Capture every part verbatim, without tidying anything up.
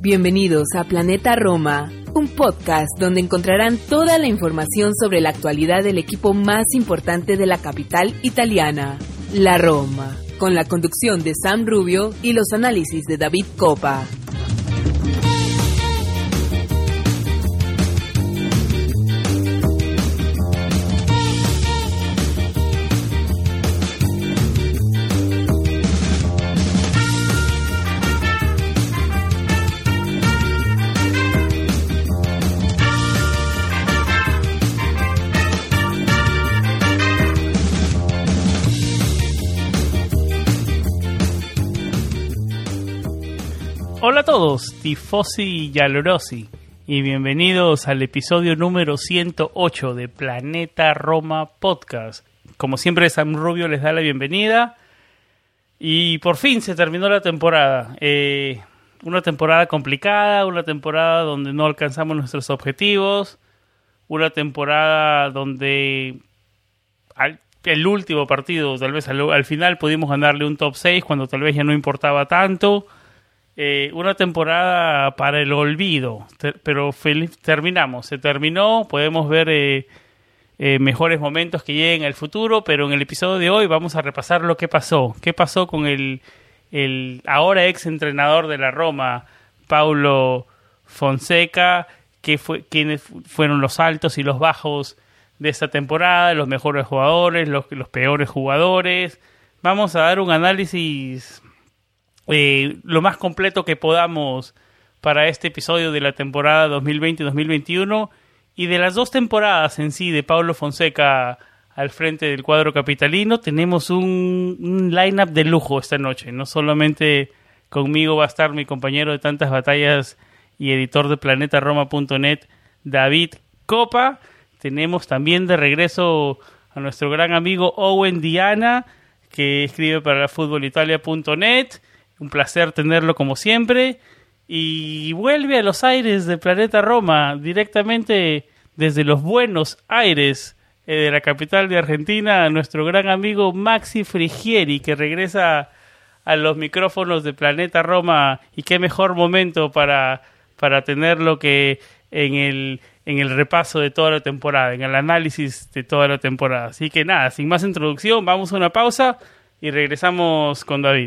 Bienvenidos a Planeta Roma, un podcast donde encontrarán toda la información sobre la actualidad del equipo más importante de la capital italiana, la Roma, con la conducción de Sam Rubio y los análisis de David Copa. Hola a todos, tifosi y giallorossi, y bienvenidos al episodio número ciento ocho de Planeta Roma Podcast. Como siempre, Sam Rubio les da la bienvenida y por fin se terminó la temporada. Eh, una temporada complicada, una temporada donde no alcanzamos nuestros objetivos, una temporada donde al, el último partido, tal vez al, al final pudimos ganarle un top seis cuando tal vez ya no importaba tanto. Eh, una temporada para el olvido, te, pero feliz, terminamos, se terminó, podemos ver eh, eh, mejores momentos que lleguen al futuro, pero en el episodio de hoy vamos a repasar lo que pasó, qué pasó con el, el ahora ex entrenador de la Roma, Paulo Fonseca, qué fue, quiénes fueron los altos y los bajos de esta temporada, los mejores jugadores, los, los peores jugadores. Vamos a dar un análisis Eh, lo más completo que podamos para este episodio de la temporada dos mil veinte dos mil veintiuno y de las dos temporadas en sí de Paulo Fonseca al frente del cuadro capitalino. Tenemos un, un line-up de lujo esta noche. No solamente conmigo va a estar mi compañero de tantas batallas y editor de planeta roma punto net, David Copa. Tenemos también de regreso a nuestro gran amigo Owen Diana, que escribe para fútbol italia punto net. Un placer tenerlo como siempre. Y vuelve a los aires de Planeta Roma, directamente desde los Buenos Aires eh, de la capital de Argentina, nuestro gran amigo Maxi Frigieri, que regresa a los micrófonos de Planeta Roma. Y qué mejor momento para, para tenerlo que en el, en el repaso de toda la temporada, en el análisis de toda la temporada. Así que nada, sin más introducción, vamos a una pausa y regresamos con David.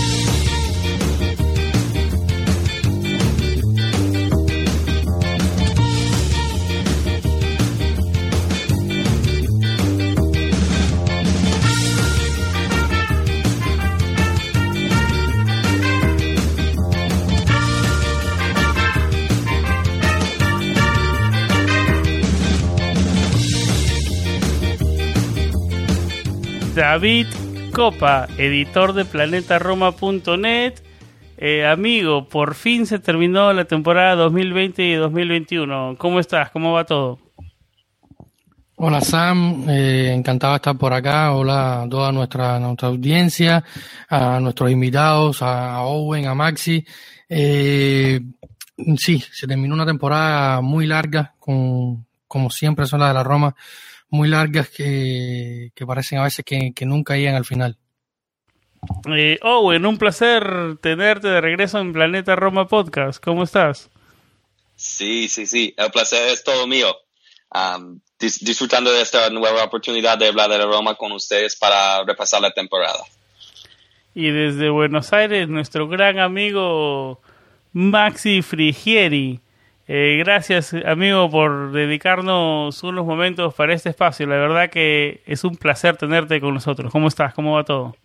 David Copa, editor de planeta roma punto net. Eh, amigo, por fin se terminó la temporada dos mil veinte y dos mil veintiuno. ¿Cómo estás? ¿Cómo va todo? Hola Sam, eh, encantado de estar por acá. Hola a toda nuestra, nuestra audiencia, a nuestros invitados, a Owen, a Maxi. Eh, sí, se terminó una temporada muy larga, con, como siempre son las de la Roma, muy largas que, que parecen a veces que, que nunca llegan al final. Eh, Owen, un placer tenerte de regreso en Planeta Roma Podcast. ¿Cómo estás? Sí, sí, sí. El placer es todo mío. Um, dis- disfrutando de esta nueva oportunidad de hablar de la Roma con ustedes para repasar la temporada. Y desde Buenos Aires, nuestro gran amigo Maxi Frigieri. Eh, gracias, amigo, por dedicarnos unos momentos para este espacio. La verdad que es un placer tenerte con nosotros. ¿Cómo estás? ¿Cómo va todo?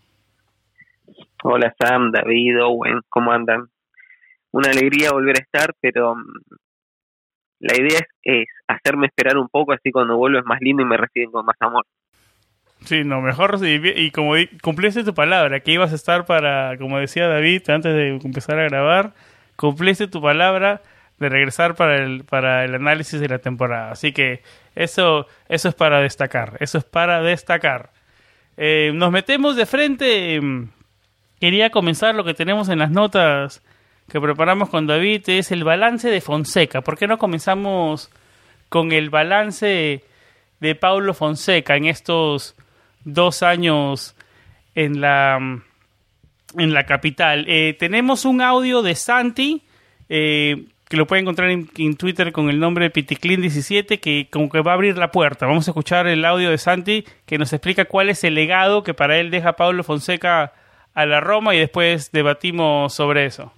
Hola Sam, David, Owen, ¿cómo andan? Una alegría volver a estar, pero um, la idea es, es hacerme esperar un poco, así cuando vuelvo es más lindo y me reciben con más amor. Sí, no, mejor, y, y como di, cumpliste tu palabra, que ibas a estar para, como decía David, antes de empezar a grabar, cumpliste tu palabra de regresar para el para el análisis de la temporada. Así que eso eso es para destacar, eso es para destacar. Eh, nos metemos de frente. Quería comenzar lo que tenemos en las notas que preparamos con David, es el balance de Fonseca. ¿Por qué no comenzamos con el balance de Paulo Fonseca en estos dos años en la, en la capital? Eh, tenemos un audio de Santi eh, que lo pueden encontrar en, en Twitter con el nombre de Piticlin diecisiete, que como que va a abrir la puerta. Vamos a escuchar el audio de Santi, que nos explica cuál es el legado que para él deja Paulo Fonseca a la Roma, y después debatimos sobre eso.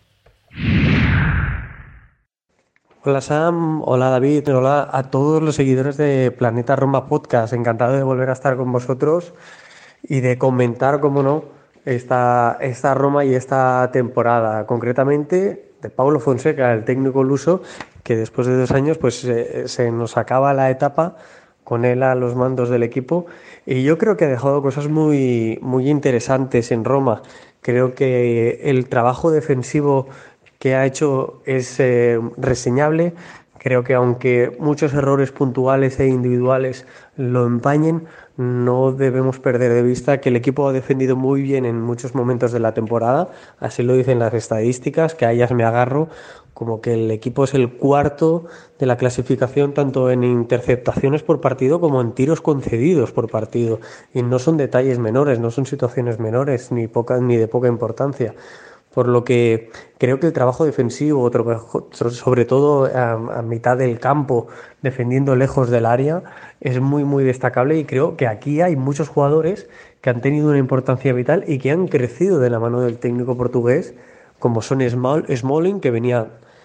Hola Sam, hola David, hola a todos los seguidores de Planeta Roma Podcast. Encantado de volver a estar con vosotros y de comentar, como no, esta, esta Roma y esta temporada. Concretamente de Paulo Fonseca, el técnico luso, que después de dos años pues eh, se nos acaba la etapa con él a los mandos del equipo, y yo creo que ha dejado cosas muy, muy interesantes en Roma. Creo que el trabajo defensivo que ha hecho es eh, reseñable. Creo que aunque muchos errores puntuales e individuales lo empañen, no debemos perder de vista que el equipo ha defendido muy bien en muchos momentos de la temporada. Así lo dicen las estadísticas, que a ellas me agarro, como que el equipo es el cuarto de la clasificación tanto en interceptaciones por partido como en tiros concedidos por partido. Y no son detalles menores, no son situaciones menores ni, poca, ni de poca importancia. Por lo que creo que el trabajo defensivo, sobre todo a, a mitad del campo, defendiendo lejos del área, es muy muy destacable, y creo que aquí hay muchos jugadores que han tenido una importancia vital y que han crecido de la mano del técnico portugués, como son Smalling, que venía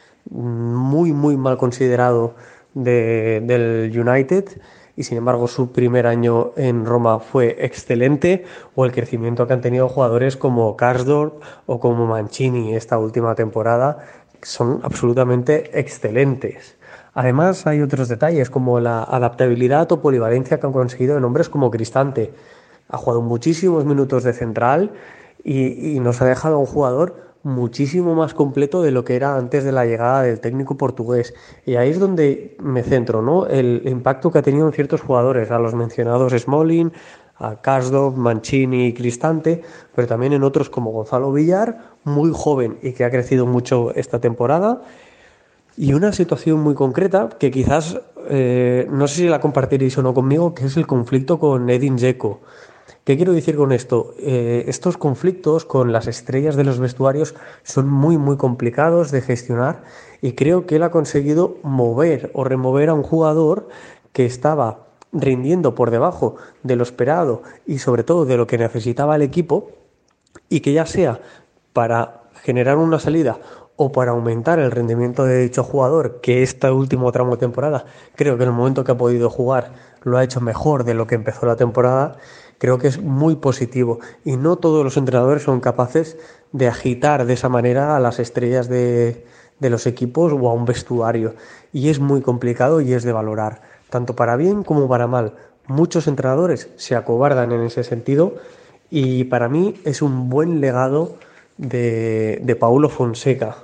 muy muy mal considerado de, del United, y sin embargo su primer año en Roma fue excelente, o el crecimiento que han tenido jugadores como Karsdorp o como Mancini esta última temporada, que son absolutamente excelentes. Además hay otros detalles como la adaptabilidad o polivalencia que han conseguido en hombres como Cristante. Ha jugado muchísimos minutos de central y, y nos ha dejado un jugador muchísimo más completo de lo que era antes de la llegada del técnico portugués. Y ahí es donde me centro, ¿no? El impacto que ha tenido en ciertos jugadores, a los mencionados Smalling, a Karsdorp, Mancini y Cristante, pero también en otros como Gonzalo Villar, muy joven y que ha crecido mucho esta temporada. Y una situación muy concreta que quizás, eh, no sé si la compartiréis o no conmigo, que es el conflicto con Edin Dzeko. ¿Qué quiero decir con esto? Eh, estos conflictos con las estrellas de los vestuarios son muy muy complicados de gestionar, y creo que él ha conseguido mover o remover a un jugador que estaba rindiendo por debajo de lo esperado y sobre todo de lo que necesitaba el equipo, y que ya sea para generar una salida o para aumentar el rendimiento de dicho jugador, que este último tramo de temporada creo que en el momento que ha podido jugar lo ha hecho mejor de lo que empezó la temporada. Creo que es muy positivo, y no todos los entrenadores son capaces de agitar de esa manera a las estrellas de, de los equipos o a un vestuario, y es muy complicado y es de valorar, tanto para bien como para mal. Muchos entrenadores se acobardan en ese sentido, y para mí es un buen legado de, de Paulo Fonseca.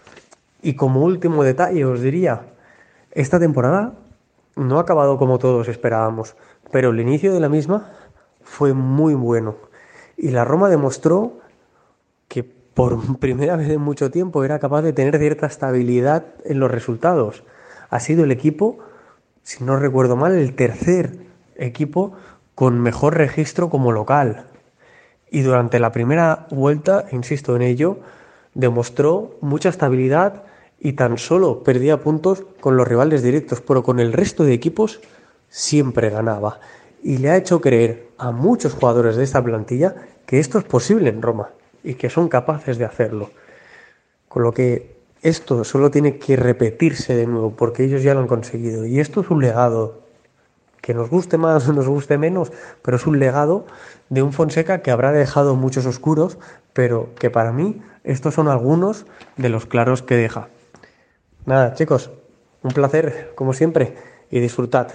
Y como último detalle os diría, esta temporada no ha acabado como todos esperábamos, pero el inicio de la misma fue muy bueno, y la Roma demostró que por primera vez en mucho tiempo era capaz de tener cierta estabilidad en los resultados. Ha sido el equipo, si no recuerdo mal, el tercer equipo con mejor registro como local, y durante la primera vuelta, insisto en ello, demostró mucha estabilidad y tan solo perdía puntos con los rivales directos, pero con el resto de equipos siempre ganaba. Y le ha hecho creer a muchos jugadores de esta plantilla que esto es posible en Roma y que son capaces de hacerlo. Con lo que esto solo tiene que repetirse de nuevo, porque ellos ya lo han conseguido. Y esto es un legado, que nos guste más o nos guste menos, pero es un legado de un Fonseca que habrá dejado muchos oscuros, pero que para mí estos son algunos de los claros que deja. Nada, chicos, un placer, como siempre, y disfrutad.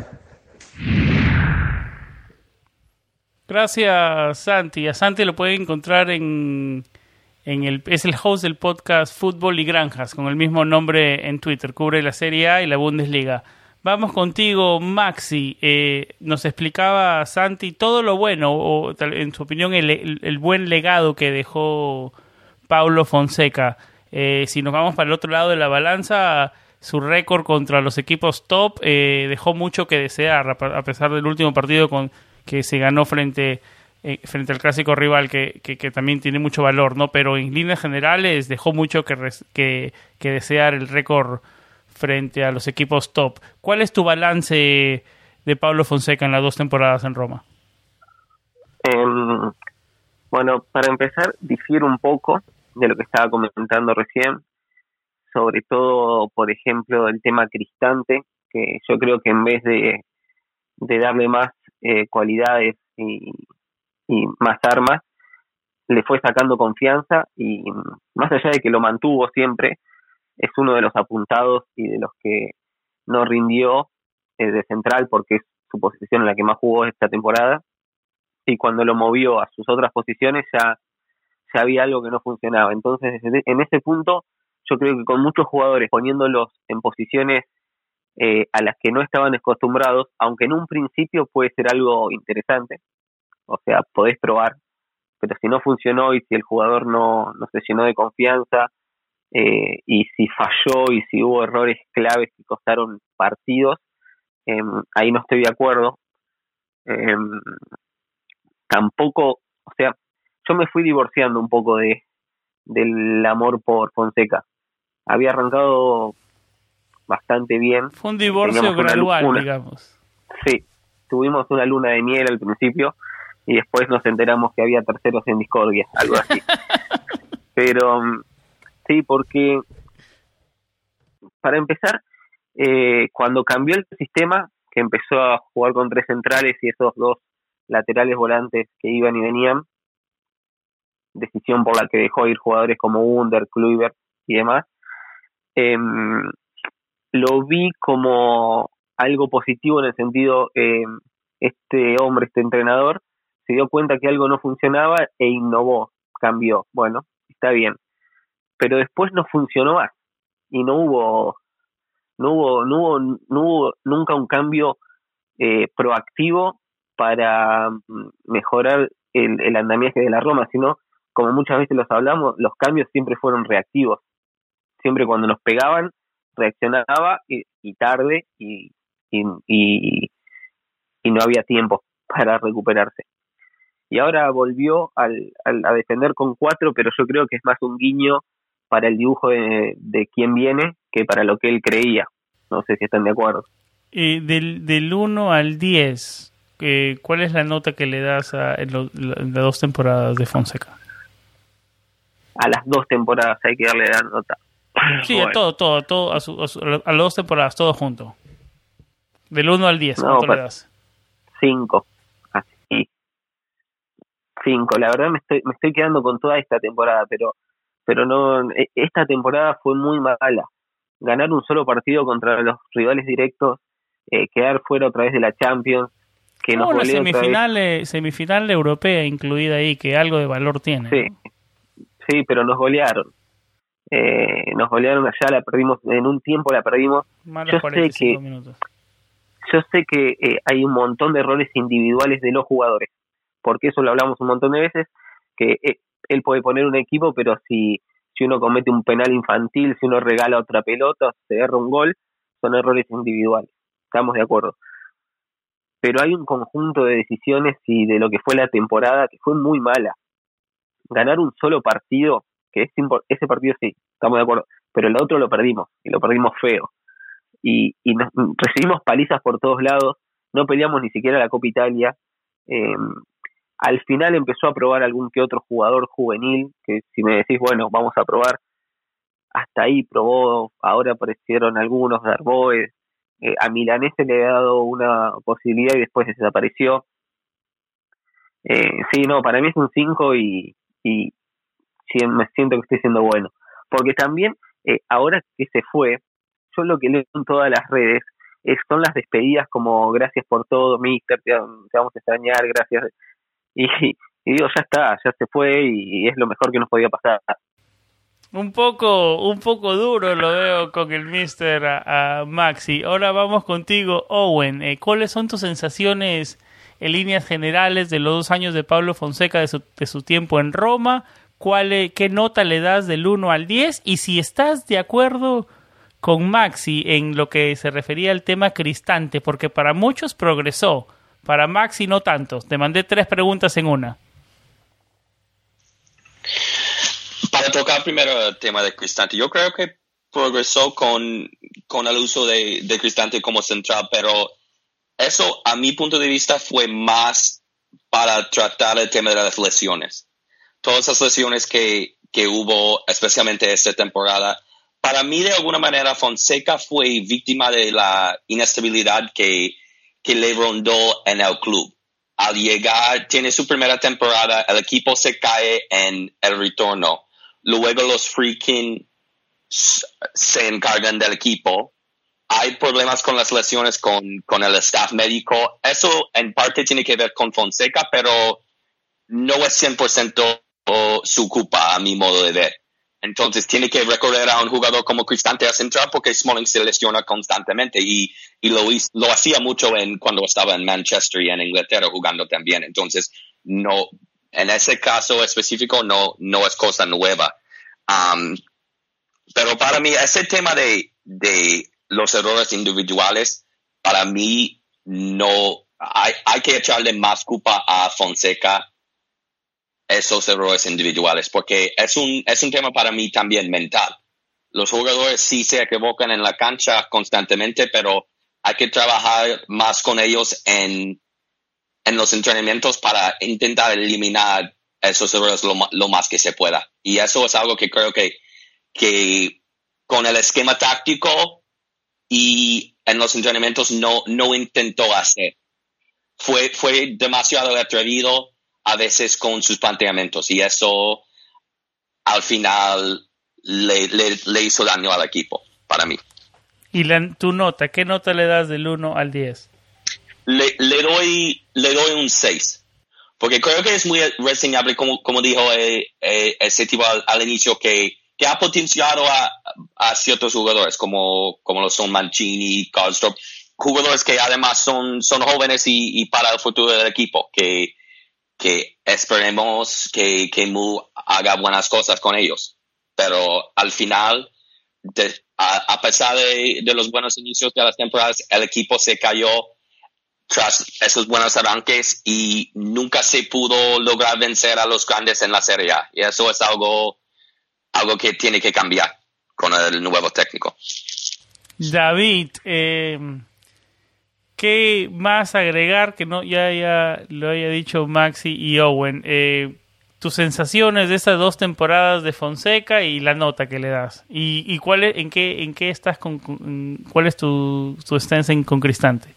Gracias, Santi. A Santi lo pueden encontrar en, en el es el host del podcast Fútbol y Granjas, con el mismo nombre en Twitter. Cubre la Serie A y la Bundesliga. Vamos contigo, Maxi. Eh, nos explicaba Santi todo lo bueno, o en su opinión el, el, el buen legado que dejó Paulo Fonseca. Eh, si nos vamos para el otro lado de la balanza, su récord contra los equipos top eh, dejó mucho que desear, a pesar del último partido con que se ganó frente eh, frente al clásico rival, que, que, que también tiene mucho valor, ¿no? Pero en líneas generales dejó mucho que, res, que, que desear el récord frente a los equipos top. ¿Cuál es tu balance de Pablo Fonseca en las dos temporadas en Roma? Eh, bueno, para empezar, difiero un poco de lo que estaba comentando recién, sobre todo, por ejemplo, el tema Cristante, que yo creo que en vez de, de darle más eh, cualidades y, y más armas, le fue sacando confianza, y más allá de que lo mantuvo siempre, es uno de los apuntados y de los que no rindió eh, de central, porque es su posición en la que más jugó esta temporada, y cuando lo movió a sus otras posiciones ya, ya había algo que no funcionaba. Entonces, en ese punto, yo creo que con muchos jugadores poniéndolos en posiciones eh, a las que no estaban acostumbrados, aunque en un principio puede ser algo interesante, o sea, podés probar, pero si no funcionó y si el jugador no, no se llenó de confianza, eh, y si falló y si hubo errores claves que costaron partidos, eh, ahí no estoy de acuerdo. Eh, tampoco, o sea, yo me fui divorciando un poco de del amor por Fonseca. Había arrancado bastante bien. Fue un divorcio Teníamos gradual, una, digamos. Sí, tuvimos una luna de miel al principio y después nos enteramos que había terceros en discordia, algo así. Pero sí, porque para empezar, eh, cuando cambió el sistema, que empezó a jugar con tres centrales y esos dos laterales volantes que iban y venían, decisión por la que dejó ir jugadores como Under, Kluivert y demás, eh, lo vi como algo positivo en el sentido, eh, este hombre, este entrenador, se dio cuenta que algo no funcionaba e innovó, cambió. Bueno, está bien. Pero después no funcionó más y no hubo no hubo no hubo, no hubo nunca un cambio eh, proactivo para mejorar el, el andamiaje de la Roma, sino, como muchas veces los hablamos, los cambios siempre fueron reactivos. Siempre cuando nos pegaban, reaccionaba y, y tarde y, y, y, y no había tiempo para recuperarse. Y ahora volvió al, al, a defender con cuatro, pero yo creo que es más un guiño para el dibujo de, de quién viene que para lo que él creía. No sé si están de acuerdo. Eh, del, del uno al diez, eh, ¿cuál es la nota que le das a en lo, en las dos temporadas de Fonseca? A las dos temporadas hay que darle la nota. Sí, bueno. a todo, todo, todo a, su, a, su, a las dos temporadas, todo junto. Del uno al diez, No, ¿cuánto pa- le das? Cinco. Así. Cinco. La verdad me estoy, me estoy quedando con toda esta temporada, pero, pero no, esta temporada fue muy mala. Ganar un solo partido contra los rivales directos, eh, quedar fuera otra vez de la Champions, que No, nos la golea semifinal, otra vez. eh, semifinal europea incluida ahí, que algo de valor tiene. Sí, ¿no? sí, pero nos golearon. Eh, nos golearon allá, la perdimos, en un tiempo la perdimos. Más Yo los sé cuarenta y cinco que minutos. Yo sé que eh, hay un montón de errores individuales de los jugadores, porque eso lo hablamos un montón de veces, que eh, él puede poner un equipo, pero si si uno comete un penal infantil, si uno regala otra pelota, se erra un gol, son errores individuales, estamos de acuerdo. Pero hay un conjunto de decisiones y de lo que fue la temporada que fue muy mala. Ganar un solo partido, que es impor- ese partido sí, estamos de acuerdo, pero el otro lo perdimos, y lo perdimos feo. Y, y nos, recibimos palizas por todos lados, no peleamos ni siquiera la Copa Italia. Eh, al final empezó a probar algún que otro jugador juvenil, que si me decís, bueno, vamos a probar, hasta ahí probó, ahora aparecieron algunos, Darboe, eh, a Milanés se le ha dado una posibilidad y después desapareció. Eh, sí, no, para mí es un cinco y, y sí, me siento que estoy siendo bueno. Porque también, eh, ahora que se fue, yo lo que leo en todas las redes es, son las despedidas como gracias por todo, mister, te, te vamos a extrañar, gracias. Y, y digo, ya está, ya se fue y, y es lo mejor que nos podía pasar. Un poco, un poco duro lo veo con el mister a, a Maxi. Ahora vamos contigo, Owen. Eh, ¿Cuáles son tus sensaciones en líneas generales de los dos años de Pablo Fonseca, de su, de su tiempo en Roma? ¿Cuál, ¿Qué nota le das del uno al diez? Y si estás de acuerdo con Maxi en lo que se refería al tema Cristante, porque para muchos progresó, Para Maxi no tanto. Te mandé tres preguntas en una. Para tocar primero el tema de Cristante, yo creo que progresó con, con el uso de, de Cristante como central, pero eso a mi punto de vista fue más para tratar el tema de las lesiones. Todas esas lesiones que, que hubo, especialmente esta temporada, para mí de alguna manera Fonseca fue víctima de la inestabilidad que, que le rondó en el club. Al llegar, tiene su primera temporada, el equipo se cae en el retorno. Luego los freaking se encargan del equipo. Hay problemas con las lesiones con, con el staff médico. Eso en parte tiene que ver con Fonseca, pero no es cien por ciento su culpa a mi modo de ver. Entonces tiene que recorrer a un jugador como Cristante a central porque Smalling se lesiona constantemente y, y lo, hizo, lo hacía mucho en, cuando estaba en Manchester y en Inglaterra jugando también. Entonces, no, en ese caso específico no, no es cosa nueva. Um, pero para mí, ese tema de, de los errores individuales, para mí no hay, hay que echarle más culpa a Fonseca esos errores individuales, porque es un, es un tema para mí también mental. Los jugadores sí se equivocan en la cancha constantemente, pero hay que trabajar más con ellos en, en los entrenamientos para intentar eliminar esos errores lo, lo más que se pueda. Y eso es algo que creo que, que con el esquema táctico y en los entrenamientos no, no intentó hacer. Fue, fue demasiado atrevido a veces con sus planteamientos y eso al final le, le, le hizo daño al equipo, para mí. ¿Y la, tu nota? ¿Qué nota le das del uno al diez? Le, le doy le doy un seis, porque creo que es muy reseñable, como, como dijo eh, eh, ese tipo al, al inicio, que, que ha potenciado a, a ciertos jugadores, como, como lo son Mancini, Karlstorp, jugadores que además son, son jóvenes y, y para el futuro del equipo, que que esperemos que, que Mu haga buenas cosas con ellos. Pero al final, de, a, a pesar de, de los buenos inicios de las temporadas, el equipo se cayó tras esos buenos arranques y nunca se pudo lograr vencer a los grandes en la Serie A. Y eso es algo, algo que tiene que cambiar con el nuevo técnico. David, eh... ¿qué más agregar que no ya, ya lo haya dicho Maxi y Owen? Eh, tus sensaciones de estas dos temporadas de Fonseca y la nota que le das. ¿Y, y cuál es, en qué en qué estás con, con cuál es tu, tu stance con Cristante?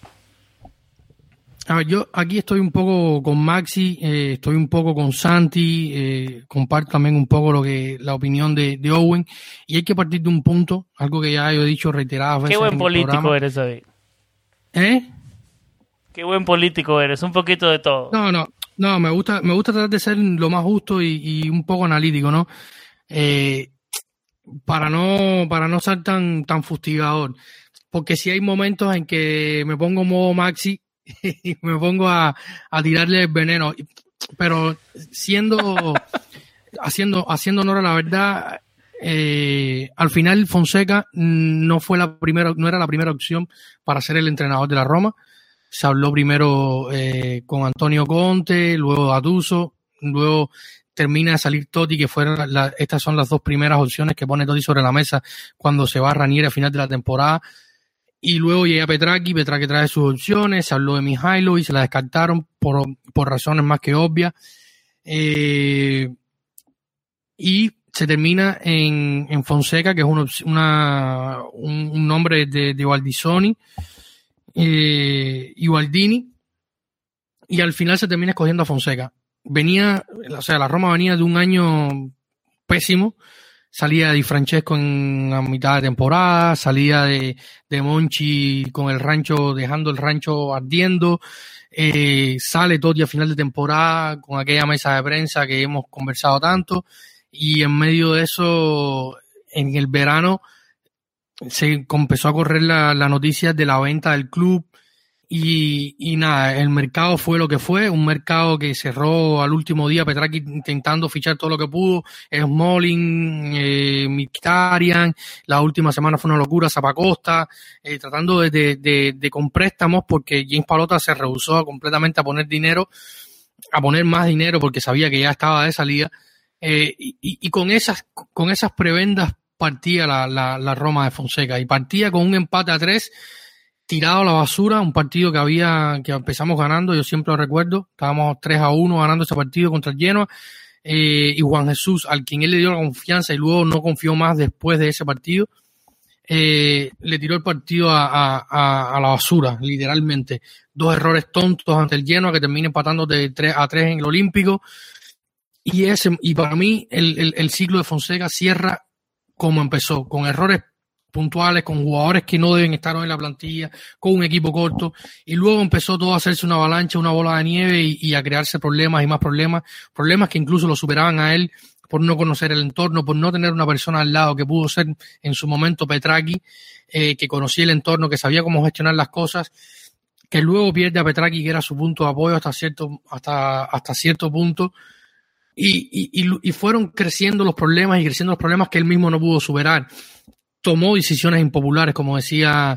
A ver, yo aquí estoy un poco con Maxi, eh, estoy un poco con Santi, eh, comparto también un poco lo que la opinión de, de Owen, y hay que partir de un punto, algo que ya yo he dicho reiteradas veces. Qué buen en político el programa. eres, David. ¿Eh? Qué buen político eres, un poquito de todo. No, no, no, me gusta, me gusta tratar de ser lo más justo y, y un poco analítico, ¿no? Eh, para no, para no ser tan, tan fustigador. Porque si hay momentos en que me pongo modo Maxi y me pongo a, a tirarle el veneno. Pero siendo, haciendo, haciendo honor a la verdad, eh, al final Fonseca no fue la primera, no era la primera opción para ser el entrenador de la Roma. Se habló primero eh, con Antonio Conte, luego Gattuso, luego termina de salir Totti, que fueron la, estas son las dos primeras opciones que pone Totti sobre la mesa cuando se va Ranieri a final de la temporada. Y luego llega Petracchi, Petracchi trae sus opciones, se habló de Mihailo y se la descartaron por, por razones más que obvias. Eh, y se termina en, en Fonseca, que es una, una, un, un nombre de, de Baldissoni eh, y Baldini, y al final se termina escogiendo a Fonseca. Venía, o sea, la Roma venía de un año pésimo, salía Di Francesco en la mitad de temporada, salía de, de Monchi con el rancho, dejando el rancho ardiendo, eh, sale Totti a final de temporada con aquella mesa de prensa que hemos conversado tanto, y en medio de eso, en el verano, se empezó a correr la, la noticia de la venta del club, Y, y nada, el mercado fue lo que fue, un mercado que cerró al último día, Petraki intentando fichar todo lo que pudo, Smalling, eh, Mkhitaryan, la última semana fue una locura, Zappacosta, eh, tratando de, de, de, de con préstamos, porque James Palota se rehusó completamente a poner dinero, a poner más dinero porque sabía que ya estaba de salida, eh, y, y con esas, con esas prebendas partía la, la, la Roma de Fonseca, y partía con un empate a tres, tirado a la basura, un partido que había, que empezamos ganando, yo siempre lo recuerdo, estábamos tres a uno ganando ese partido contra el Genoa, eh, y Juan Jesús, al quien él le dio la confianza y luego no confió más después de ese partido, eh, le tiró el partido a, a, a la basura, literalmente. Dos errores tontos ante el Genoa que termina empatando de tres a tres en el Olímpico, y ese, y para mí el, el, el ciclo de Fonseca cierra como empezó, con errores puntuales, con jugadores que no deben estar hoy en la plantilla, con un equipo corto, y luego empezó todo a hacerse una avalancha, una bola de nieve y, y a crearse problemas y más problemas, problemas que incluso lo superaban a él por no conocer el entorno, por no tener una persona al lado que pudo ser en su momento Petraki, eh, que conocía el entorno, que sabía cómo gestionar las cosas, que luego pierde a Petraki, que era su punto de apoyo hasta cierto, hasta, hasta cierto punto, y, y, y fueron creciendo los problemas y creciendo los problemas que él mismo no pudo superar. Tomó decisiones impopulares, como decía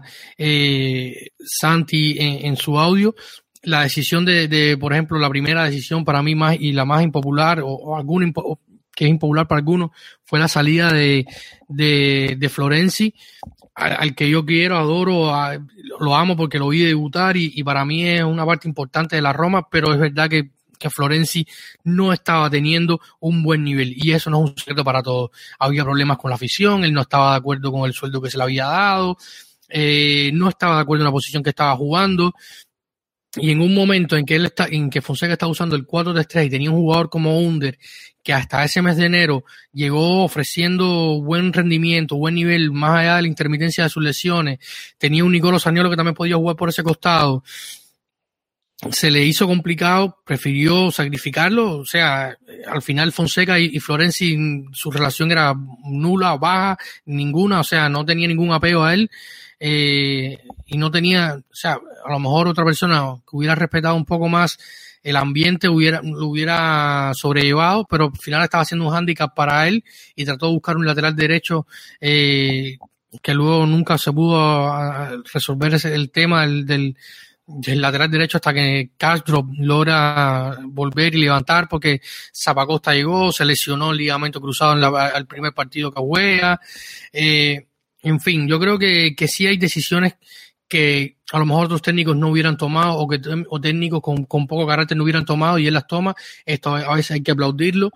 eh, Santi en, en su audio. La decisión de, de, por ejemplo, la primera decisión para mí más y la más impopular, o, o alguna impo, que es impopular para algunos, fue la salida de, de, de Florenzi, al, al que yo quiero, adoro, a, lo amo porque lo vi debutar y, y para mí es una parte importante de la Roma, pero es verdad que que Florenzi no estaba teniendo un buen nivel, y eso no es un secreto para todos. Había problemas con la afición, él no estaba de acuerdo con el sueldo que se le había dado, eh, no estaba de acuerdo en la posición que estaba jugando, y en un momento en que él está, en que Fonseca está usando el cuatro tres tres y tenía un jugador como Under, que hasta ese mes de enero llegó ofreciendo buen rendimiento, buen nivel, más allá de la intermitencia de sus lesiones, tenía un Nicolo Zaniolo que también podía jugar por ese costado, se le hizo complicado, prefirió sacrificarlo, o sea, al final Fonseca y, y Florenzi, su relación era nula, baja, ninguna, o sea, no tenía ningún apego a él, eh, y no tenía, o sea, a lo mejor otra persona que hubiera respetado un poco más el ambiente hubiera, lo hubiera sobrellevado, pero al final estaba haciendo un hándicap para él y trató de buscar un lateral derecho, eh, que luego nunca se pudo resolver ese, el tema del, del del lateral derecho hasta que Castro logra volver y levantar, porque Zappacosta llegó, se lesionó el ligamento cruzado en la, el primer partido que juega, eh, en fin, yo creo que, que sí hay decisiones que a lo mejor otros técnicos no hubieran tomado, o que o técnicos con, con poco carácter no hubieran tomado, y él las toma. Esto a veces hay que aplaudirlo,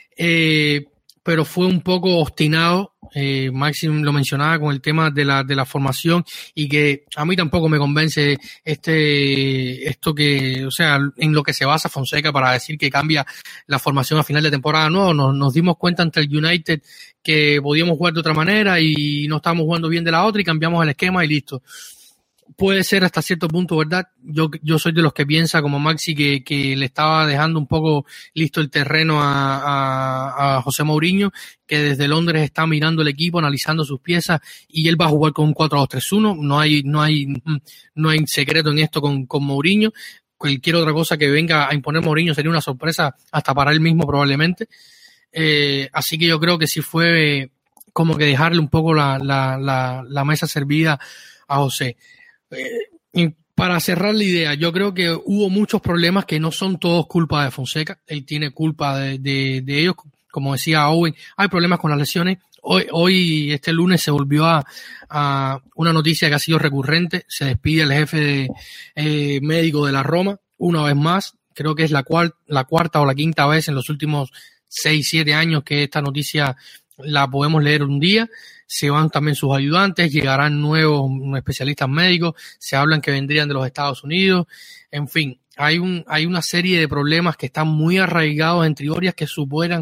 eh, pero fue un poco obstinado. Eh, Maxim lo mencionaba con el tema de la de la formación, y que a mí tampoco me convence este esto que, o sea, en lo que se basa Fonseca para decir que cambia la formación a final de temporada. No, nos, nos dimos cuenta ante el United que podíamos jugar de otra manera y no estábamos jugando bien de la otra y cambiamos el esquema y listo. Puede ser hasta cierto punto verdad. Yo yo soy de los que piensa como Maxi que, que le estaba dejando un poco listo el terreno a, a, a José Mourinho, que desde Londres está mirando el equipo, analizando sus piezas, y él va a jugar con un cuatro dos tres uno. No hay no hay no hay secreto en esto con, con Mourinho. Cualquier otra cosa que venga a imponer Mourinho sería una sorpresa hasta para él mismo probablemente. Eh, así que yo creo que sí fue como que dejarle un poco la, la, la, la mesa servida a José. Eh, para cerrar la idea, yo creo que hubo muchos problemas que no son todos culpa de Fonseca. Él tiene culpa de, de, de ellos. Como decía Owen, hay problemas con las lesiones. Hoy, hoy este lunes, se volvió a, a una noticia que ha sido recurrente. Se despide el jefe de, eh, médico de la Roma, una vez más. Creo que es la, cual, la cuarta o la quinta vez en los últimos seis, siete años que esta noticia la podemos leer un día. Se van también sus ayudantes, llegarán nuevos especialistas médicos, se hablan que vendrían de los Estados Unidos, en fin, hay un hay una serie de problemas que están muy arraigados en Triorias que superan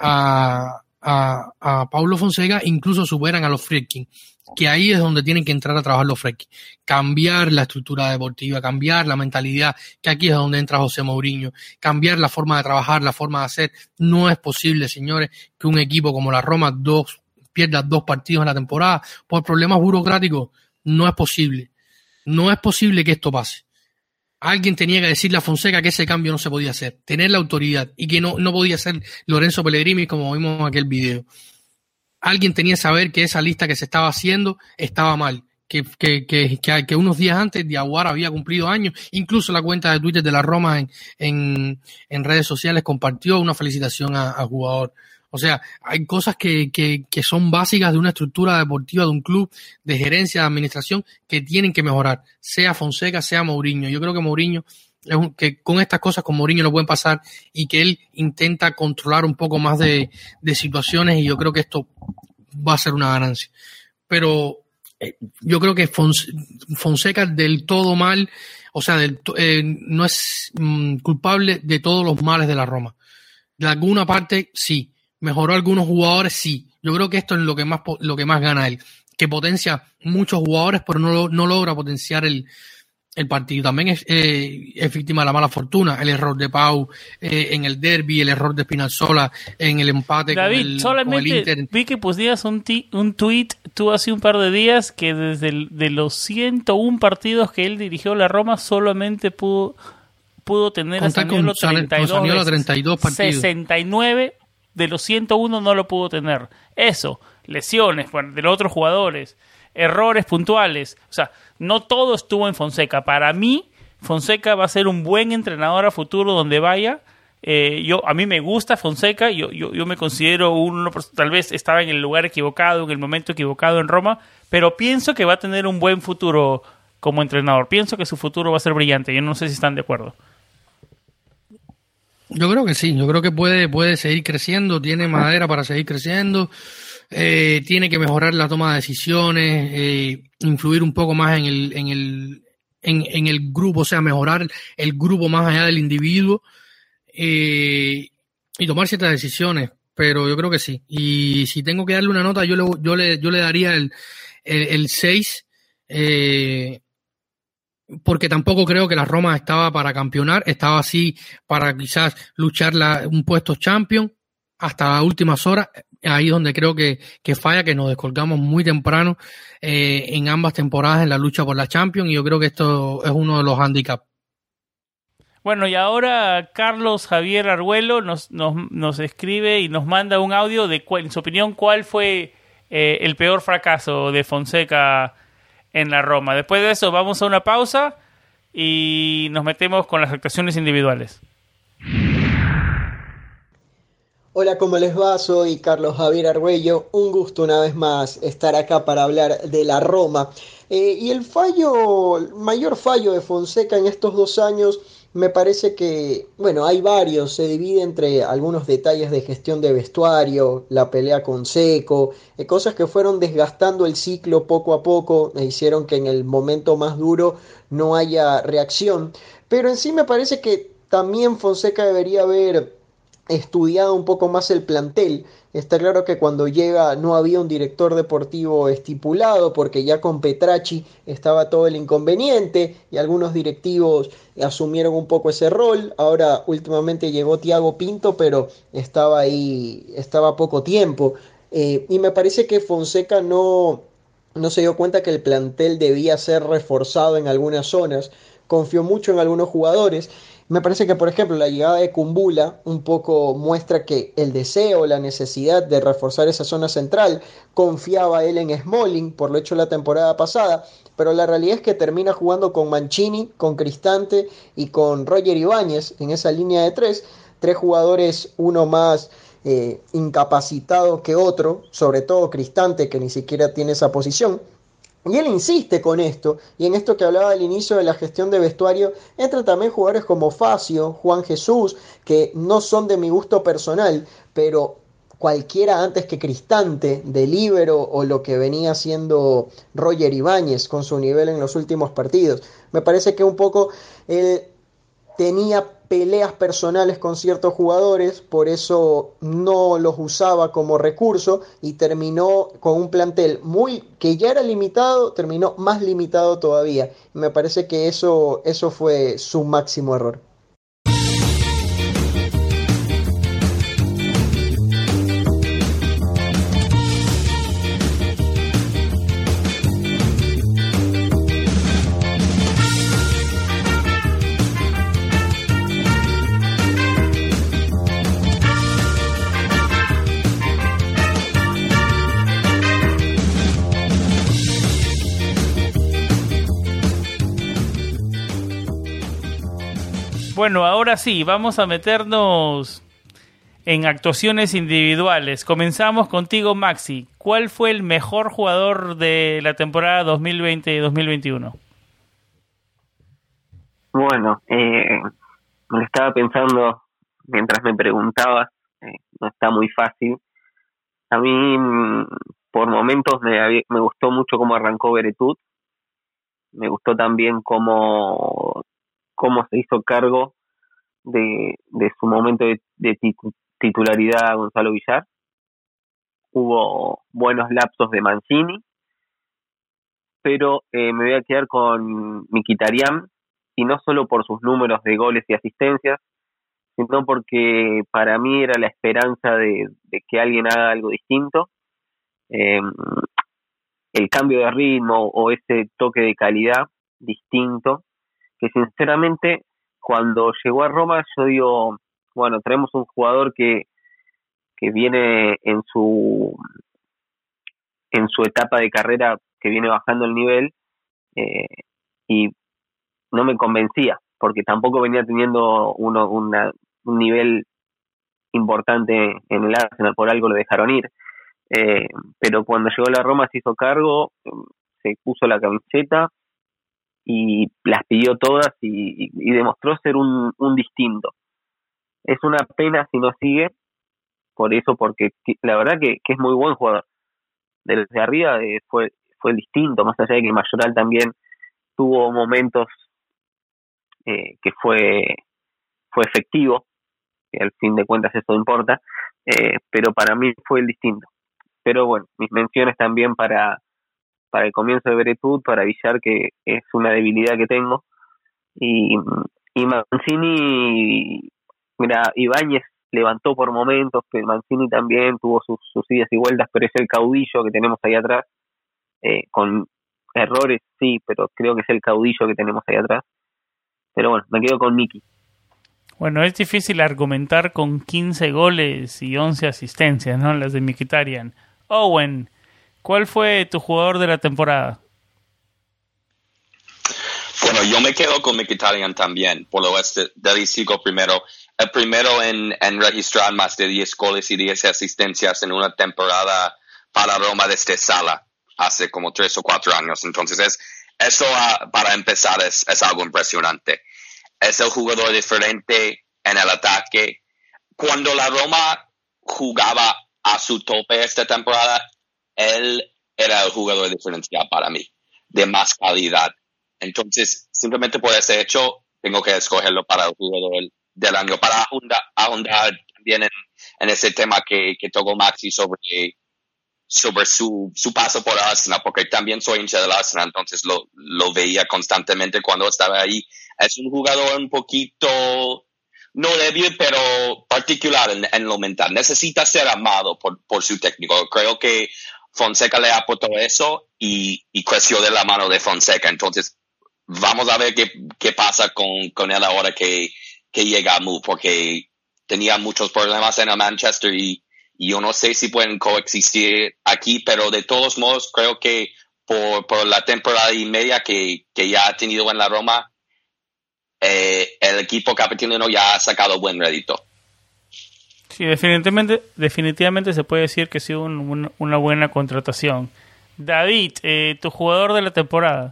a, a, a Paulo Fonseca, incluso superan a los Friedkin, que ahí es donde tienen que entrar a trabajar los Friedkin, cambiar la estructura deportiva, cambiar la mentalidad, que aquí es donde entra José Mourinho, cambiar la forma de trabajar, la forma de hacer. No es posible, señores, que un equipo como la Roma, dos pierda dos partidos en la temporada por problemas burocráticos. No es posible. No es posible que esto pase. alguien tenía que decirle a Fonseca que ese cambio no se podía hacer, tener la autoridad, y que no, no podía ser Lorenzo Pellegrini como vimos en aquel video. Alguien tenía que saber que esa lista que se estaba haciendo estaba mal, que, que, que, que, que unos días antes Diaguara había cumplido años, incluso la cuenta de Twitter de la Roma en, en, en redes sociales compartió una felicitación al jugador. O sea, hay cosas que, que, que son básicas de una estructura deportiva, de un club, de gerencia, de administración, que tienen que mejorar, sea Fonseca, sea Mourinho. Yo creo que Mourinho, es un, que con estas cosas con Mourinho no pueden pasar, y que él intenta controlar un poco más de, de situaciones, y yo creo que esto va a ser una ganancia. Pero eh, yo creo que Fonse, Fonseca del todo mal, o sea, del, eh, no es mm, culpable de todos los males de la Roma. De alguna parte, sí. Mejoró algunos jugadores, sí. Yo creo que esto es lo que más lo que más gana él, que potencia muchos jugadores, pero no, no logra potenciar el, el partido. También es, eh, es víctima de la mala fortuna, el error de Pau eh, en el derbi, el error de Spinazzola en el empate. David, con el, solamente con el Inter. Vi que pusieras un, ti, un tweet tú hace un par de días que desde el, de los ciento uno partidos que él dirigió la Roma solamente pudo pudo tener Contar a Zaniolo con, treinta y dos, con Zaniolo treinta y dos partidos. sesenta y nueve de los ciento uno no lo pudo tener. Eso, lesiones bueno, de los otros jugadores, errores puntuales. O sea, no todo estuvo en Fonseca. Para mí, Fonseca va a ser un buen entrenador a futuro donde vaya. Eh, yo A mí me gusta Fonseca. Yo, yo, yo me considero uno, tal vez estaba en el lugar equivocado, en el momento equivocado en Roma, pero pienso que va a tener un buen futuro como entrenador. Pienso que su futuro va a ser brillante. Yo no sé si están de acuerdo. Yo creo que sí, yo creo que puede, puede seguir creciendo, tiene madera para seguir creciendo, eh, tiene que mejorar la toma de decisiones, eh, influir un poco más en el, en el, en, en el grupo, o sea, mejorar el grupo más allá del individuo, eh, y tomar ciertas decisiones, pero yo creo que sí. Y si tengo que darle una nota, yo le, yo le, yo le daría el, el, el seis, eh, porque tampoco creo que la Roma estaba para campeonar, estaba así para quizás luchar la, un puesto champion hasta las últimas horas. Ahí es donde creo que, que falla, que nos descolgamos muy temprano eh, en ambas temporadas en la lucha por la Champions, y yo creo que esto es uno de los handicaps. Bueno, y ahora Carlos Javier Arguello nos, nos, nos escribe y nos manda un audio de, cuál, en su opinión, cuál fue eh, el peor fracaso de Fonseca en la Roma. Después de eso vamos a una pausa y nos metemos con las actuaciones individuales. Hola, ¿cómo les va? Soy Carlos Javier Arguello. Un gusto una vez más estar acá para hablar de la Roma. Eh, y el fallo, el mayor fallo de Fonseca en estos dos años, me parece que, bueno, hay varios, se divide entre algunos detalles de gestión de vestuario, la pelea con Seco, eh, cosas que fueron desgastando el ciclo poco a poco e hicieron que en el momento más duro no haya reacción. Pero en sí me parece que también Fonseca debería haber estudiado un poco más el plantel. Está claro que cuando llega no había un director deportivo estipulado, porque ya con Petracci estaba todo el inconveniente y algunos directivos asumieron un poco ese rol. Ahora últimamente llegó Thiago Pinto, pero estaba ahí, estaba poco tiempo. Eh, y me parece que Fonseca no, no se dio cuenta que el plantel debía ser reforzado en algunas zonas. Confió mucho en algunos jugadores. Me parece que, por ejemplo, la llegada de Kumbula un poco muestra que el deseo, la necesidad de reforzar esa zona central, confiaba él en Smalling por lo hecho la temporada pasada, pero la realidad es que termina jugando con Mancini, con Cristante y con Roger Ibáñez en esa línea de tres, tres jugadores, uno más eh, incapacitado que otro, sobre todo Cristante, que ni siquiera tiene esa posición. Y él insiste con esto, y en esto que hablaba al inicio de la gestión de vestuario, entran también jugadores como Facio, Juan Jesús, que no son de mi gusto personal, pero cualquiera antes que Cristante, de líbero, o lo que venía haciendo Roger Ibáñez con su nivel en los últimos partidos. Me parece que un poco él tenía peleas personales con ciertos jugadores, por eso no los usaba como recurso y terminó con un plantel muy que ya era limitado, terminó más limitado todavía. Me parece que eso, eso fue su máximo error. Bueno, ahora sí, vamos a meternos en actuaciones individuales. Comenzamos contigo, Maxi. ¿Cuál fue el mejor jugador de la temporada dos mil veinte y dos mil veintiuno? Bueno, eh, me lo estaba pensando mientras me preguntabas. Eh, no está muy fácil. A mí, por momentos, me, había, me gustó mucho cómo arrancó Veretout. Me gustó también cómo, cómo se hizo cargo de, de su momento de, de titularidad Gonzalo Villar. Hubo buenos lapsos de Mancini, pero eh, me voy a quedar con Mkhitaryan, y no solo por sus números de goles y asistencias, sino porque para mí era la esperanza de, de que alguien haga algo distinto. Eh, el cambio de ritmo o ese toque de calidad distinto, que sinceramente cuando llegó a Roma yo digo, bueno, traemos un jugador que, que viene en su en su etapa de carrera, que viene bajando el nivel, eh, y no me convencía, porque tampoco venía teniendo uno, una, un nivel importante en el Arsenal, por algo lo dejaron ir. Eh, pero cuando llegó a la Roma se hizo cargo, se puso la camiseta y las pidió todas y, y, y demostró ser un, un distinto. Es una pena si no sigue, por eso, porque la verdad que, que es muy buen jugador. Desde arriba eh, fue fue distinto, más allá de que Mayoral también tuvo momentos eh, que fue fue efectivo, que al fin de cuentas eso importa, eh, pero para mí fue el distinto. Pero bueno, mis menciones también para, para el comienzo de Veretout, para Villar, que es una debilidad que tengo, y, y Mancini, mira, Ibáñez levantó por momentos, que Mancini también tuvo sus, sus idas y vueltas, pero es el caudillo que tenemos ahí atrás, eh, con errores sí, pero creo que es el caudillo que tenemos ahí atrás. Pero bueno, me quedo con Miki. Bueno, es difícil argumentar con quince goles y once asistencias, ¿no? Las de Mkhitaryan. Owen, ¿cuál fue tu jugador de la temporada? Bueno, yo me quedo con Mkhitaryan también. Por lo este, David sigo primero. El primero en, en registrar más de diez goles y diez asistencias en una temporada para Roma desde Sala, hace como tres o cuatro años. Entonces, es, eso uh, para empezar es, es algo impresionante. Es el jugador diferente en el ataque. Cuando la Roma jugaba a su tope esta temporada, él era el jugador diferencial para mí, de más calidad. Entonces, simplemente por ese hecho, tengo que escogerlo para el jugador del año, para ahondar, ahondar también en, en ese tema que, que tocó Maxi sobre, sobre su, su paso por Arsenal, porque también soy hincha del Arsenal, entonces lo, lo veía constantemente cuando estaba ahí. Es un jugador un poquito, no débil, pero particular en, en lo mental. Necesita ser amado por, por su técnico. Creo que Fonseca le aportó eso y, y creció de la mano de Fonseca. Entonces, vamos a ver qué, qué pasa con, con él ahora que, que llega a Mu, porque tenía muchos problemas en el Manchester y, y yo no sé si pueden coexistir aquí, pero de todos modos creo que por, por la temporada y media que, que ya ha tenido en la Roma, eh, el equipo capitalino ya ha sacado buen rédito. Sí, definitivamente, definitivamente se puede decir que ha sido un, un, una buena contratación. David, eh, tu jugador de la temporada.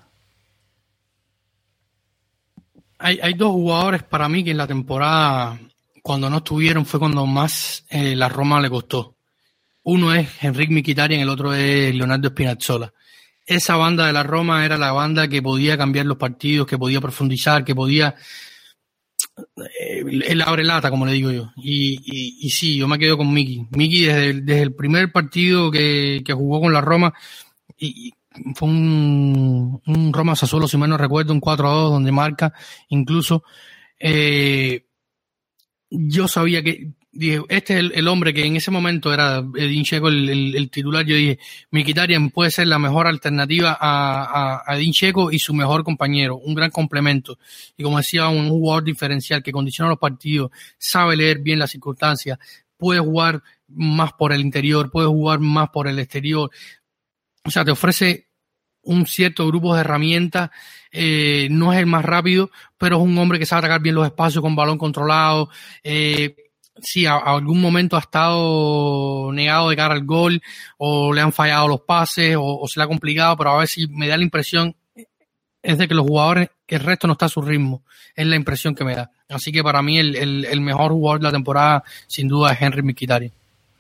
Hay, hay dos jugadores para mí que en la temporada, cuando no estuvieron, fue cuando más eh, la Roma le costó. Uno es Henrik Mkhitaryan, el otro es Leonardo Spinazzola. Esa banda de la Roma era la banda que podía cambiar los partidos, que podía profundizar, que podía... Eh, el abre lata, como le digo yo. Y, y, y sí, yo me quedo con Miki. Miki desde el, desde el primer partido que, que jugó con la Roma, y, y fue un, un Roma Sassuolo, si mal no recuerdo, un cuatro a dos, donde marca incluso. Eh, yo sabía que... Dije, este es el, el hombre que en ese momento era Edin Dzeko el, el, el titular. Yo dije, Mkhitaryan puede ser la mejor alternativa a, a, a Edin Dzeko y su mejor compañero, un gran complemento. Y como decía, un jugador diferencial que condiciona los partidos, sabe leer bien las circunstancias, puede jugar más por el interior, puede jugar más por el exterior. O sea, te ofrece un cierto grupo de herramientas eh, no es el más rápido, pero es un hombre que sabe atacar bien los espacios con balón controlado. Eh, sí, a, a algún momento ha estado negado de cara al gol, o le han fallado los pases, o, o se le ha complicado, pero a ver si me da la impresión es de que los jugadores, que el resto no está a su ritmo, es la impresión que me da. Así que para mí el, el, el mejor jugador de la temporada sin duda es Henry Mkhitaryan.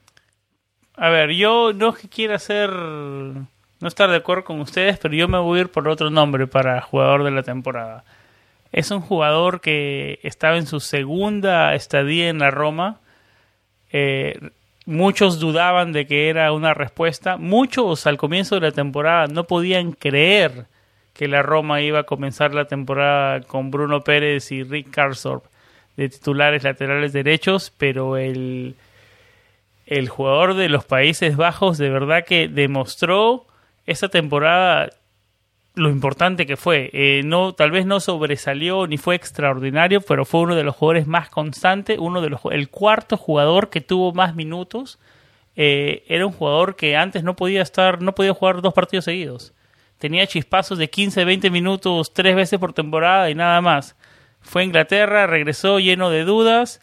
A ver, yo no es que quiera ser, no estar de acuerdo con ustedes, pero yo me voy a ir por otro nombre para jugador de la temporada. Es un jugador que estaba en su segunda estadía en la Roma. Eh, muchos dudaban de que era una respuesta. Muchos al comienzo de la temporada no podían creer que la Roma iba a comenzar la temporada con Bruno Pérez y Rick Karsdorp de titulares laterales derechos, pero el, el jugador de los Países Bajos de verdad que demostró esta temporada lo importante que fue. Eh, no, tal vez no sobresalió ni fue extraordinario, pero fue uno de los jugadores más constantes, uno de los el cuarto jugador que tuvo más minutos. Eh, era un jugador que antes no podía estar, no podía jugar dos partidos seguidos. Tenía chispazos de quince, veinte minutos tres veces por temporada y nada más. Fue a Inglaterra, regresó lleno de dudas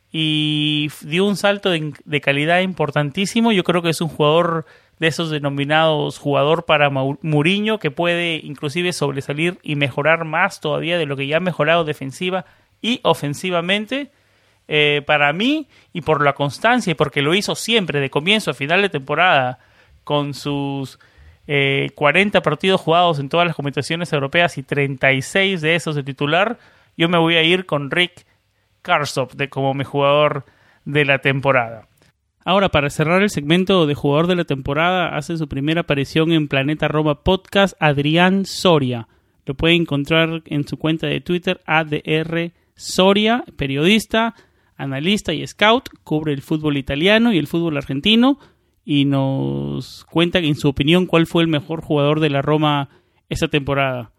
y dio un salto de, de calidad importantísimo. Yo creo que es un jugador de esos denominados jugador para Mourinho, que puede inclusive sobresalir y mejorar más todavía de lo que ya ha mejorado defensiva y ofensivamente. Eh, para mí, y por la constancia y porque lo hizo siempre de comienzo a final de temporada con sus Eh, cuarenta partidos jugados en todas las competiciones europeas y treinta y seis de esos de titular, yo me voy a ir con Rick Karsdorp de, como mi jugador de la temporada. Ahora, para cerrar el segmento de jugador de la temporada, hace su primera aparición en Planeta Roma Podcast Adrián Soria. Lo pueden encontrar en su cuenta de Twitter, A D R Soria, periodista, analista y scout, cubre el fútbol italiano y el fútbol argentino, y nos cuenta en su opinión cuál fue el mejor jugador de la Roma esta temporada.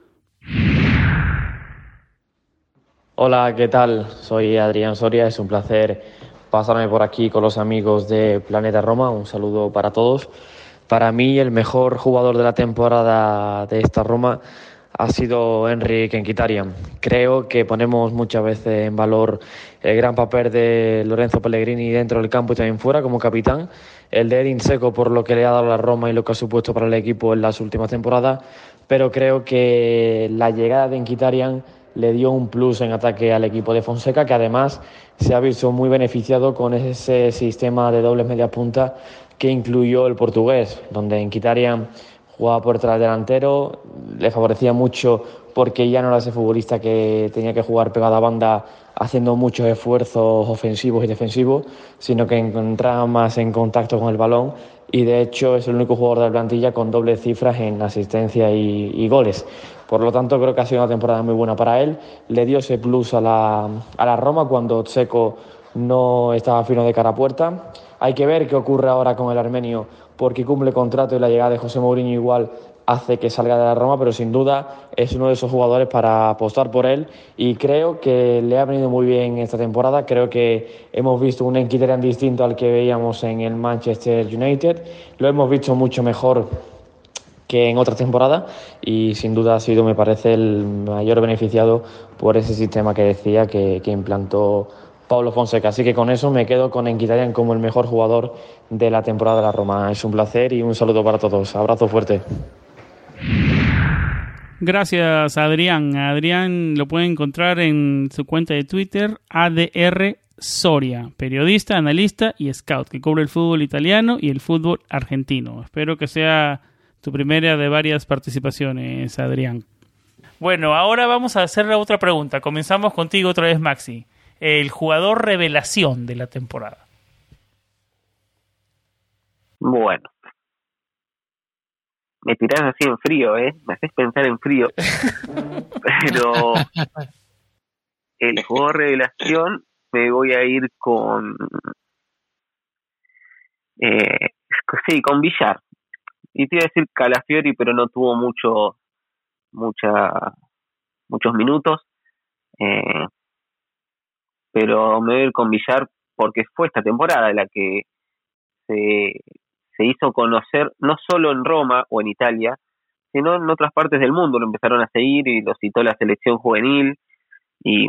Hola, ¿qué tal? Soy Adrián Soria, es un placer pasarme por aquí con los amigos de Planeta Roma. Un saludo para todos. Para mí el mejor jugador de la temporada de esta Roma ha sido Henry Mkhitaryan. Creo que ponemos muchas veces en valor el gran papel de Lorenzo Pellegrini dentro del campo y también fuera como capitán, el de Edin Dzeko por lo que le ha dado a la Roma y lo que ha supuesto para el equipo en las últimas temporadas, pero creo que la llegada de Mkhitaryan le dio un plus en ataque al equipo de Fonseca, que además se ha visto muy beneficiado con ese sistema de dobles medias puntas que incluyó el portugués, donde Mkhitaryan jugaba por detrás delantero, le favorecía mucho porque ya no era ese futbolista que tenía que jugar pegado a banda haciendo muchos esfuerzos ofensivos y defensivos, sino que encontraba más en contacto con el balón y de hecho es el único jugador de la plantilla con dobles cifras en asistencia y, y goles. Por lo tanto, creo que ha sido una temporada muy buena para él. Le dio ese plus a la, a la Roma cuando Dzeko no estaba fino de cara a puerta. Hay que ver qué ocurre ahora con el armenio, porque cumple contrato y la llegada de José Mourinho igual hace que salga de la Roma, pero sin duda es uno de esos jugadores para apostar por él y creo que le ha venido muy bien esta temporada. Creo que hemos visto un Mkhitaryan distinto al que veíamos en el Manchester United. Lo hemos visto mucho mejor que en otras temporadas y sin duda ha sido, me parece, el mayor beneficiado por ese sistema que decía que, que implantó Paulo Fonseca. Así que con eso me quedo con Mkhitaryan como el mejor jugador de la temporada de la Roma. Es un placer y un saludo para todos. Abrazo fuerte. Gracias, Adrián. Adrián lo pueden encontrar en su cuenta de Twitter, A D R Soria, periodista, analista y scout, que cubre el fútbol italiano y el fútbol argentino. Espero que sea tu primera de varias participaciones, Adrián. Bueno, ahora vamos a hacer la otra pregunta. Comenzamos contigo otra vez, Maxi. El jugador revelación de la temporada. Bueno, me tirás así en frío, ¿eh? Me haces pensar en frío. Pero el jugador revelación me voy a ir con... Eh, sí, con Villar. Y te iba a decir Calafiori, pero no tuvo mucho, mucha, muchos minutos. Eh, pero me voy a ir con Villar porque fue esta temporada la que se, se hizo conocer, no solo en Roma o en Italia, sino en otras partes del mundo lo empezaron a seguir y lo citó la selección juvenil y,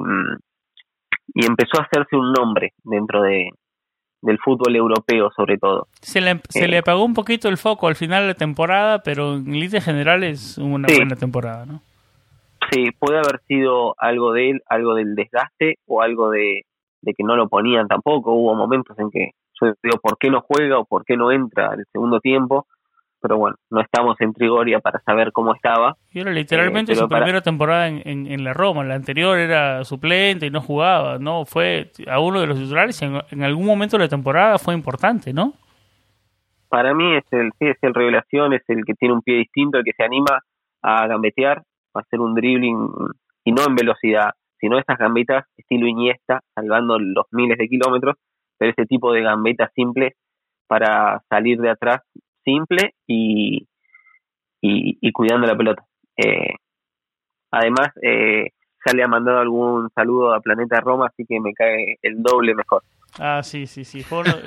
y empezó a hacerse un nombre dentro de del fútbol europeo sobre todo. Se le, se eh, le apagó un poquito el foco al final de la temporada, pero en líneas generales una sí, buena temporada, ¿no? Sí, puede haber sido algo de él, algo del desgaste o algo de, de que no lo ponían tampoco. Hubo momentos en que yo digo, ¿por qué no juega o por qué no entra el segundo tiempo? Pero bueno, no estamos en Trigoria para saber cómo estaba. Y era literalmente eh, su para... primera temporada en, en, en la Roma. La anterior era suplente y no jugaba, ¿no? Fue a uno de los titulares y en, en algún momento de la temporada fue importante, ¿no? Para mí es el, sí, es el revelación, es el que tiene un pie distinto, el que se anima a gambetear, a hacer un dribbling, y no en velocidad, sino esas gambetas estilo Iniesta, salvando los miles de kilómetros, pero ese tipo de gambetas simples para salir de atrás, simple y, y, y cuidando la pelota. Eh, además, eh, ya le ha mandado algún saludo a Planeta Roma, así que me cae el doble mejor. Ah, sí, sí, sí.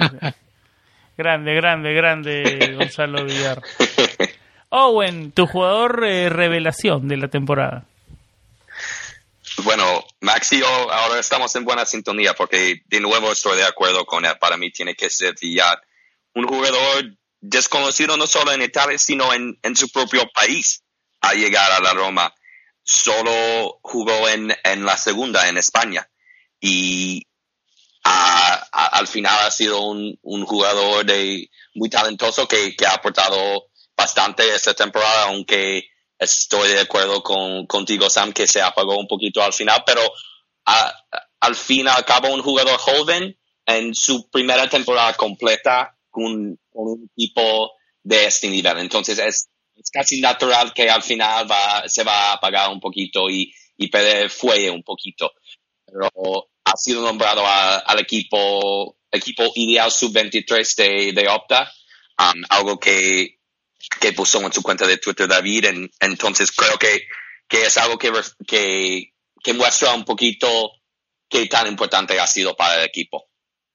grande, grande, grande, Gonzalo Villar. Owen, tu jugador eh, revelación de la temporada. Bueno, Maxi, ahora estamos en buena sintonía porque de nuevo estoy de acuerdo con él. Para mí tiene que ser Villar, un jugador desconocido no solo en Italia, sino en, en su propio país al llegar a la Roma. Solo jugó en, en la segunda, en España. Y a, a, al final ha sido un, un jugador de, muy talentoso que, que ha aportado bastante esta temporada, aunque estoy de acuerdo con, contigo, Sam, que se apagó un poquito al final, pero a, al fin y al cabo un jugador joven en su primera temporada completa con, con un equipo de este nivel. Entonces es, es casi natural que al final va, se va a apagar un poquito y, y perder fuelle un poquito. Pero ha sido nombrado a, al equipo equipo ideal sub veintitrés de, de Opta, um, algo que, que puso en su cuenta de Twitter David. En, entonces creo que, que es algo que, que, que muestra un poquito qué tan importante ha sido para el equipo.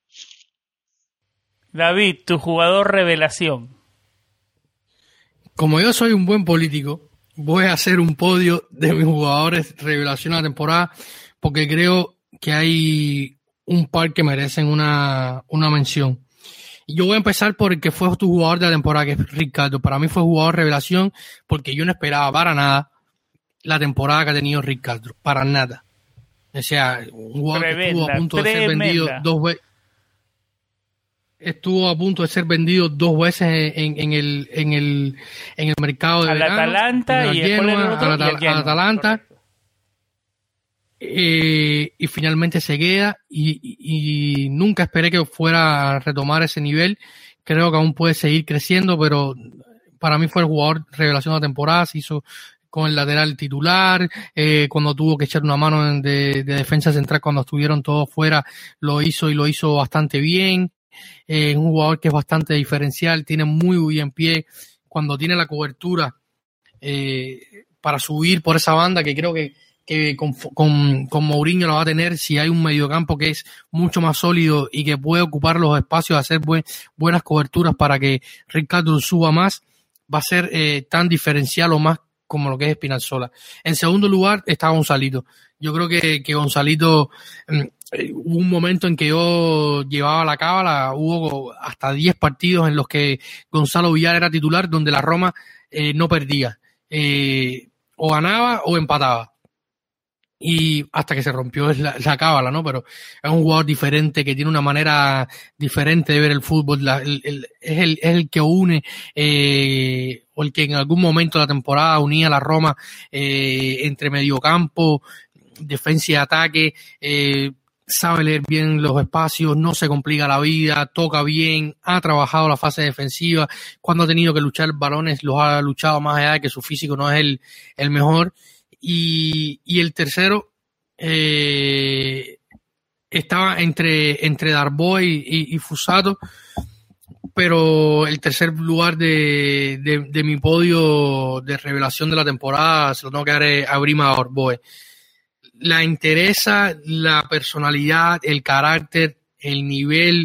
David, tu jugador revelación. Como yo soy un buen político, voy a hacer un podio de mis jugadores revelación de la temporada, porque creo que hay un par que merecen una, una mención. Y yo voy a empezar por el que fue tu jugador de la temporada, que es Ricardo. Para mí fue jugador revelación, porque yo no esperaba para nada la temporada que ha tenido Ricardo. Para nada. O sea, un jugador tremenda, que estuvo a punto tremenda. de ser vendido dos veces. Estuvo a punto de ser vendido dos veces en, en el en el en el mercado de al verano, Atalanta y Genoa, el otro, al, al, y al Atalanta eh, y finalmente se queda y, y, y nunca esperé que fuera a retomar ese nivel. Creo que aún puede seguir creciendo, pero para mí fue el jugador revelación de la temporada. Se hizo con el lateral titular, eh, cuando tuvo que echar una mano de, de defensa central cuando estuvieron todos fuera, lo hizo y lo hizo bastante bien. Es eh, un jugador que es bastante diferencial, tiene muy buen pie cuando tiene la cobertura eh, para subir por esa banda, que creo que, que con, con, con Mourinho la va a tener si hay un mediocampo que es mucho más sólido y que puede ocupar los espacios, hacer buen, buenas coberturas para que Ricardo suba más, va a ser eh, tan diferencial o más como lo que es Spinazzola. En segundo lugar está Gonzalito. Yo creo que, que Gonzalito, eh, hubo un momento en que yo llevaba la cábala, hubo hasta diez partidos en los que Gonzalo Villar era titular, donde la Roma eh, no perdía. Eh, o ganaba o empataba. Y hasta que se rompió la, la cábala, ¿no? Pero es un jugador diferente, que tiene una manera diferente de ver el fútbol. La, el, el, es, el, es el que une, eh, o el que en algún momento de la temporada unía a la Roma eh, entre mediocampo, defensa y ataque, eh, sabe leer bien los espacios, no se complica la vida, toca bien, ha trabajado la fase defensiva, cuando ha tenido que luchar balones los ha luchado más allá de que su físico no es el, el mejor. Y, y el tercero eh, estaba entre, entre Darboy y, y Fusato, pero el tercer lugar de, de, de mi podio de revelación de la temporada se lo tengo que dar a Brima Darboy. La interesa, la personalidad, el carácter, el nivel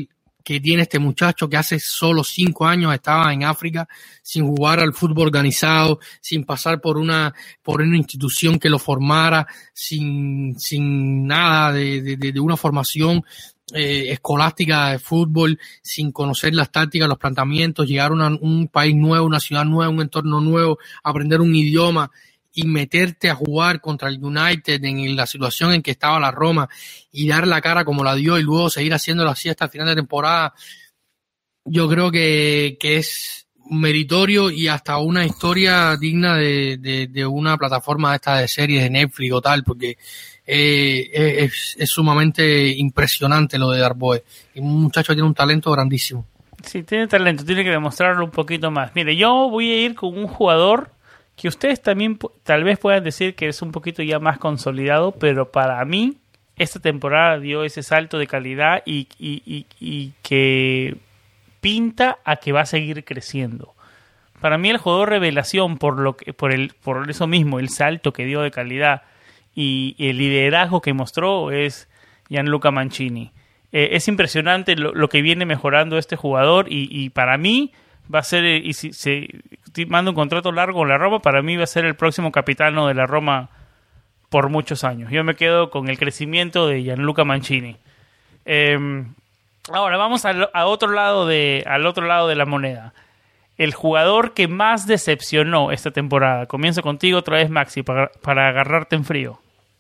que tiene este muchacho que hace solo cinco años estaba en África sin jugar al fútbol organizado, sin pasar por una por una institución que lo formara, sin sin nada de, de, de una formación eh, escolástica de fútbol, sin conocer las tácticas, los planteamientos, llegar a una, un país nuevo, una ciudad nueva, un entorno nuevo, aprender un idioma y meterte a jugar contra el United en la situación en que estaba la Roma y dar la cara como la dio y luego seguir haciéndolo así hasta el final de temporada, yo creo que, que es meritorio y hasta una historia digna de, de, de una plataforma esta de series de Netflix o tal, porque eh, es, es sumamente impresionante lo de Darboe. Y un muchacho tiene un talento grandísimo. Sí, tiene talento, tiene que demostrarlo un poquito más. Mire, yo voy a ir con un jugador que ustedes también tal vez puedan decir que es un poquito ya más consolidado, pero para mí esta temporada dio ese salto de calidad y, y, y, y que pinta a que va a seguir creciendo. Para mí el jugador revelación por lo que, por el por eso mismo, el salto que dio de calidad y el liderazgo que mostró es Gianluca Mancini. Eh, es impresionante lo, lo que viene mejorando este jugador y, y para mí va a ser, y si se manda un contrato largo con la Roma, para mí va a ser el próximo capitano de la Roma por muchos años. Yo me quedo con el crecimiento de Gianluca Mancini. Eh, ahora vamos al, a otro lado de, al otro lado de la moneda. El jugador que más decepcionó esta temporada. Comienzo contigo otra vez, Maxi, para, para agarrarte en frío.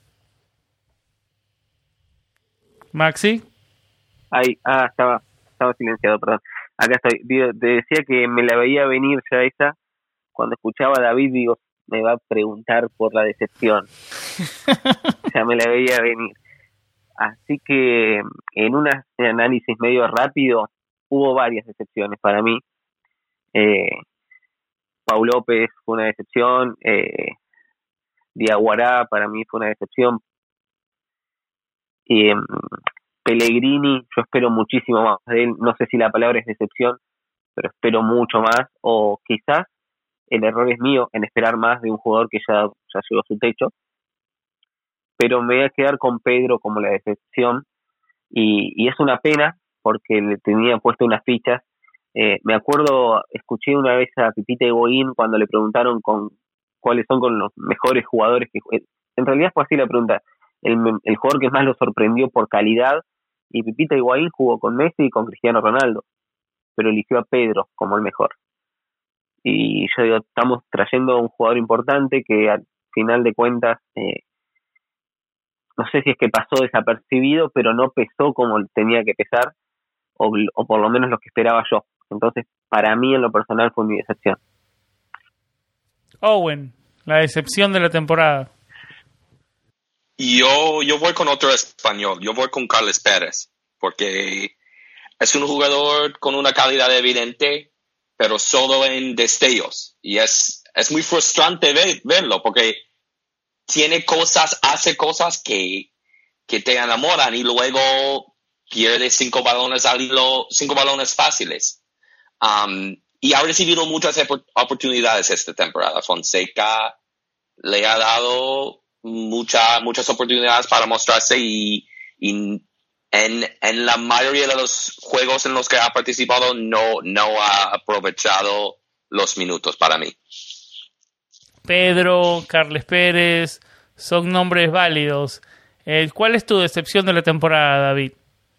Maxi. Ahí, ah, estaba, estaba silenciado, perdón. Acá estoy. Te decía que me la veía venir ya esa. Cuando escuchaba a David, digo, me va a preguntar por la decepción. Ya me la veía venir. Así que en un análisis medio rápido, hubo varias decepciones para mí. Eh, Pau López fue una decepción. Eh, Diaguará para mí fue una decepción. Y... Eh, Pellegrini, yo espero muchísimo más de él, no sé si la palabra es decepción, pero espero mucho más, o quizás el error es mío en esperar más de un jugador que ya, ya llegó a su techo, pero me voy a quedar con Pedro como la decepción, y, y es una pena, porque le tenía puesto unas fichas. Eh, me acuerdo, escuché una vez a Pipita Higuaín cuando le preguntaron con cuáles son con los mejores jugadores, que en realidad fue así la pregunta, el, el jugador que más lo sorprendió por calidad, y Pipita Higuaín jugó con Messi y con Cristiano Ronaldo, pero eligió a Pedro como el mejor. Y yo digo, estamos trayendo a un jugador importante que al final de cuentas, eh, no sé si es que pasó desapercibido, pero no pesó como tenía que pesar, o, o por lo menos lo que esperaba yo. Entonces, para mí en lo personal fue mi decepción. Owen, la decepción de la temporada. Yo, yo voy con otro español, yo voy con Carles Pérez, porque es un jugador con una calidad evidente, pero solo en destellos. Y es, es muy frustrante ver, verlo, porque tiene cosas, hace cosas que, que te enamoran y luego pierde cinco balones al hilo, cinco balones fáciles. Um, y ha recibido muchas oportunidades esta temporada. Fonseca le ha dado Mucha, muchas oportunidades para mostrarse y, y en, en la mayoría de los juegos en los que ha participado no, no ha aprovechado los minutos para mí. Pedro, Carles Pérez, son nombres válidos. Eh, ¿Cuál es tu decepción de la temporada, David?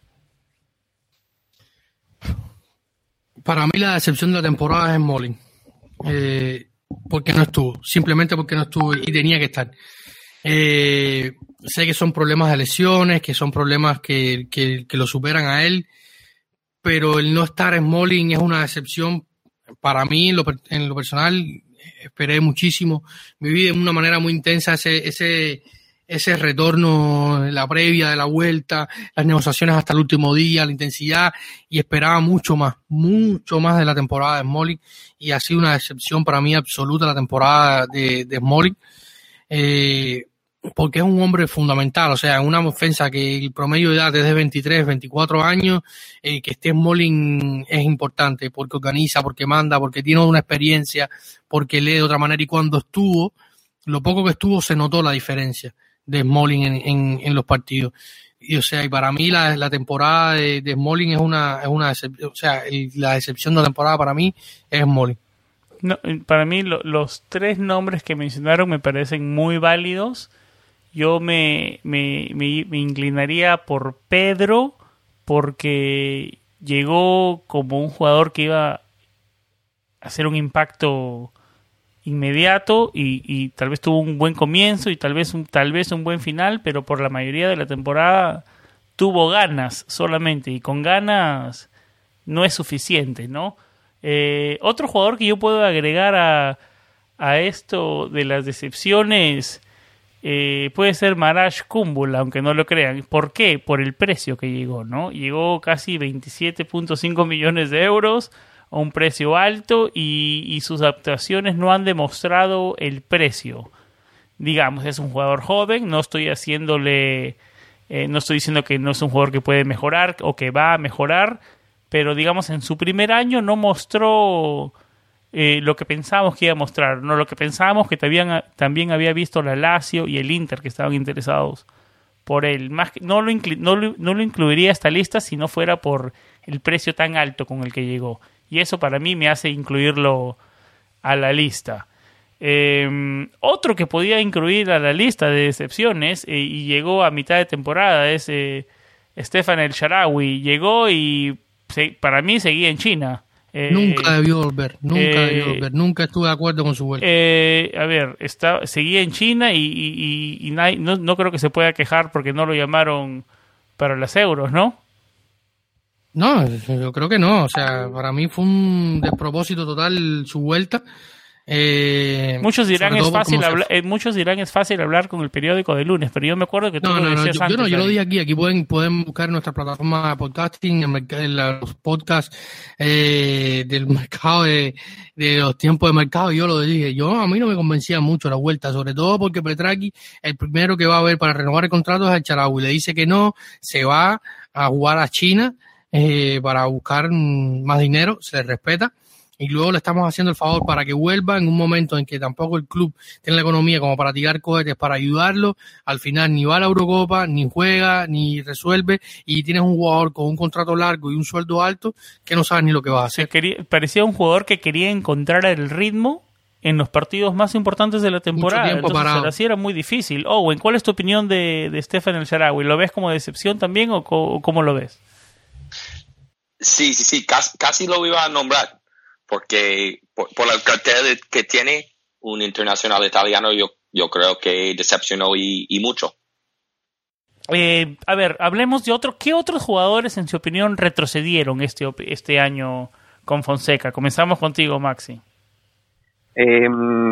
Para mí la decepción de la temporada es Smalling. Eh, porque no estuvo, simplemente porque no estuvo y tenía que estar. Eh, sé que son problemas de lesiones, que son problemas que, que, que lo superan a él, pero el no estar en Smalling es una decepción para mí. En lo, en lo personal esperé muchísimo, viví de una manera muy intensa ese, ese, ese retorno, la previa de la vuelta, las negociaciones hasta el último día, la intensidad, y esperaba mucho más, mucho más de la temporada de Smalling, y ha sido una decepción para mí absoluta la temporada de, de Smalling. Eh, porque es un hombre fundamental, o sea, en una ofensa que el promedio de edad es de veintitrés, veinticuatro años, eh, que esté Smalling es importante, porque organiza, porque manda, porque tiene una experiencia, porque lee de otra manera, y cuando estuvo, lo poco que estuvo se notó la diferencia de Smalling en, en, en los partidos. y o sea, y para mí la, la temporada de, de Smalling es una, es una decepción, o sea, el, la decepción de la temporada para mí es Smalling. No, para mí lo, los tres nombres que mencionaron me parecen muy válidos. Yo me, me, me, me inclinaría por Pedro, porque llegó como un jugador que iba a hacer un impacto inmediato y, y tal vez tuvo un buen comienzo y tal vez un, tal vez un buen final, pero por la mayoría de la temporada tuvo ganas solamente, y con ganas no es suficiente, ¿no? Eh, otro jugador que yo puedo agregar a, a esto de las decepciones eh, puede ser Marash Kumbula, aunque no lo crean. ¿Por qué? Por el precio que llegó, ¿no? Llegó casi veintisiete punto cinco millones de euros a un precio alto, y, y sus actuaciones no han demostrado el precio. Digamos, es un jugador joven, no estoy haciéndole, eh, no estoy diciendo que no es un jugador que puede mejorar o que va a mejorar, pero digamos en su primer año no mostró eh, lo que pensábamos que iba a mostrar, no lo que pensábamos que también, también había visto la Lazio y el Inter, que estaban interesados por él. Más que, no, lo inclu, no, lo, no lo incluiría a esta lista si no fuera por el precio tan alto con el que llegó. Y eso para mí me hace incluirlo a la lista. Eh, otro que podía incluir a la lista de decepciones eh, y llegó a mitad de temporada es eh, Stefan El Shaarawy. Llegó y se, para mí seguía en China. Eh, nunca debió volver, nunca eh, debió volver, nunca estuve de acuerdo con su vuelta. Eh, a ver, está, seguía en China y, y, y, y no, no creo que se pueda quejar porque no lo llamaron para las Euros, ¿no? No, yo creo que no. O sea, para mí fue un despropósito total su vuelta. Eh, muchos dirán es fácil hablar, eh, muchos dirán es fácil hablar con el periódico de lunes, pero yo me acuerdo que tú no, lo no, decías no, yo, antes. Yo no, yo lo dije aquí. Aquí pueden pueden buscar nuestra plataforma de podcasting, en, en los podcasts eh, del mercado de, de los tiempos de mercado. Yo lo dije. Yo a mí no me convencía mucho la vuelta, sobre todo porque Petraki, el primero que va a ver para renovar el contrato es el Shaarawy. Le dice que no, se va a jugar a China. Eh, para buscar más dinero, se le respeta, y luego le estamos haciendo el favor para que vuelva en un momento en que tampoco el club tiene la economía como para tirar cohetes para ayudarlo. Al final ni va a la Eurocopa, ni juega, ni resuelve, y tienes un jugador con un contrato largo y un sueldo alto que no sabes ni lo que va a hacer. Quería, parecía un jugador que quería encontrar el ritmo en los partidos más importantes de la temporada. Entonces parado. Así era muy difícil. Owen, ¿cuál es tu opinión de, de Stefan El Shaarawy? ¿Lo ves como decepción también o, o cómo lo ves? Sí, sí, sí, casi, casi lo iba a nombrar, porque por, por la cartera que tiene un internacional italiano, yo, yo creo que decepcionó y, y mucho. Eh, a ver, hablemos de otro. ¿Qué otros jugadores, en su opinión, retrocedieron este, este año con Fonseca? Comenzamos contigo, Maxi. Eh,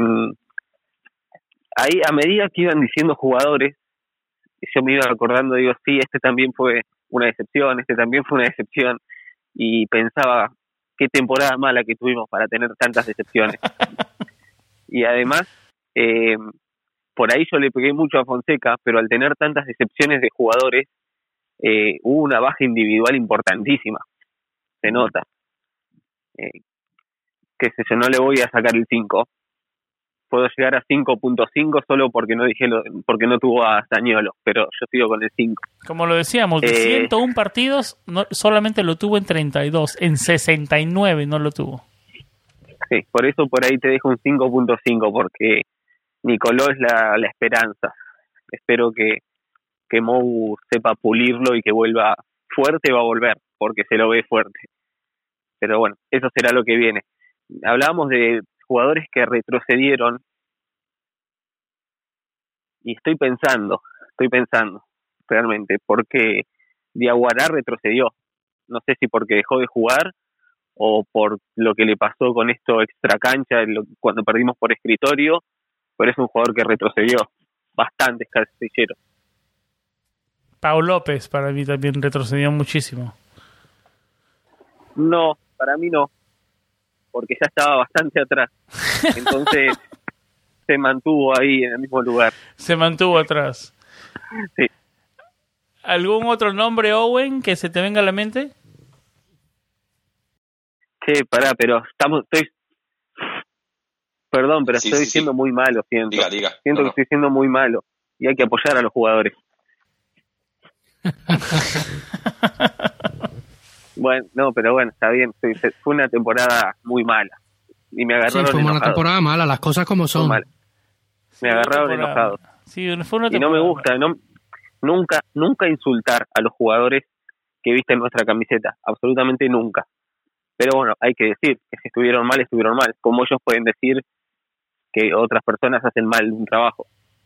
ahí, a medida que iban diciendo jugadores, yo me iba acordando, digo, sí, este también fue una decepción, este también fue una decepción. Y pensaba, qué temporada mala que tuvimos para tener tantas decepciones. Y además, eh, por ahí yo le pegué mucho a Fonseca, pero al tener tantas decepciones de jugadores, eh, hubo una baja individual importantísima. Se nota. Eh, qué sé yo, no le voy a sacar el cinco. Puedo llegar a cinco punto cinco solo porque no dije lo, porque no tuvo a Zaniolo, pero yo sigo con el cinco. Como lo decíamos, de eh, ciento uno partidos no, solamente lo tuvo en treinta y dos, en sesenta y nueve no lo tuvo. Sí, por eso por ahí te dejo un cinco punto cinco, porque Nicolò es la, la esperanza. Espero que, que Mou sepa pulirlo y que vuelva fuerte, va a volver, porque se lo ve fuerte. Pero bueno, eso será lo que viene. Hablábamos de jugadores que retrocedieron y estoy pensando, estoy pensando realmente, porque Diaguará retrocedió. No sé si porque dejó de jugar o por lo que le pasó con esto extracancha cuando perdimos por escritorio, pero es un jugador que retrocedió bastante, Casillero. Pau López para mí también retrocedió muchísimo. No, para mí no, porque ya estaba bastante atrás. Entonces se mantuvo ahí en el mismo lugar. Se mantuvo atrás. Sí. ¿Algún otro nombre, Owen, que se te venga a la mente? Che, pará, pero estamos... Estoy... Perdón, pero sí, estoy sí, siendo sí. muy malo, siento. Diga, diga. Siento no, que no. estoy siendo muy malo y hay que apoyar a los jugadores. Bueno, no, pero bueno, está bien. Fue una temporada muy mala. Y me agarraron sí, fue enojado. una temporada mala, las cosas como son. Me sí, agarraron enojado. Sí, fue una y no me gusta, no, nunca, nunca insultar a los jugadores que visten nuestra camiseta. Absolutamente nunca. Pero bueno, hay que decir que si estuvieron mal, estuvieron mal. Como ellos pueden decir que otras personas hacen mal un trabajo.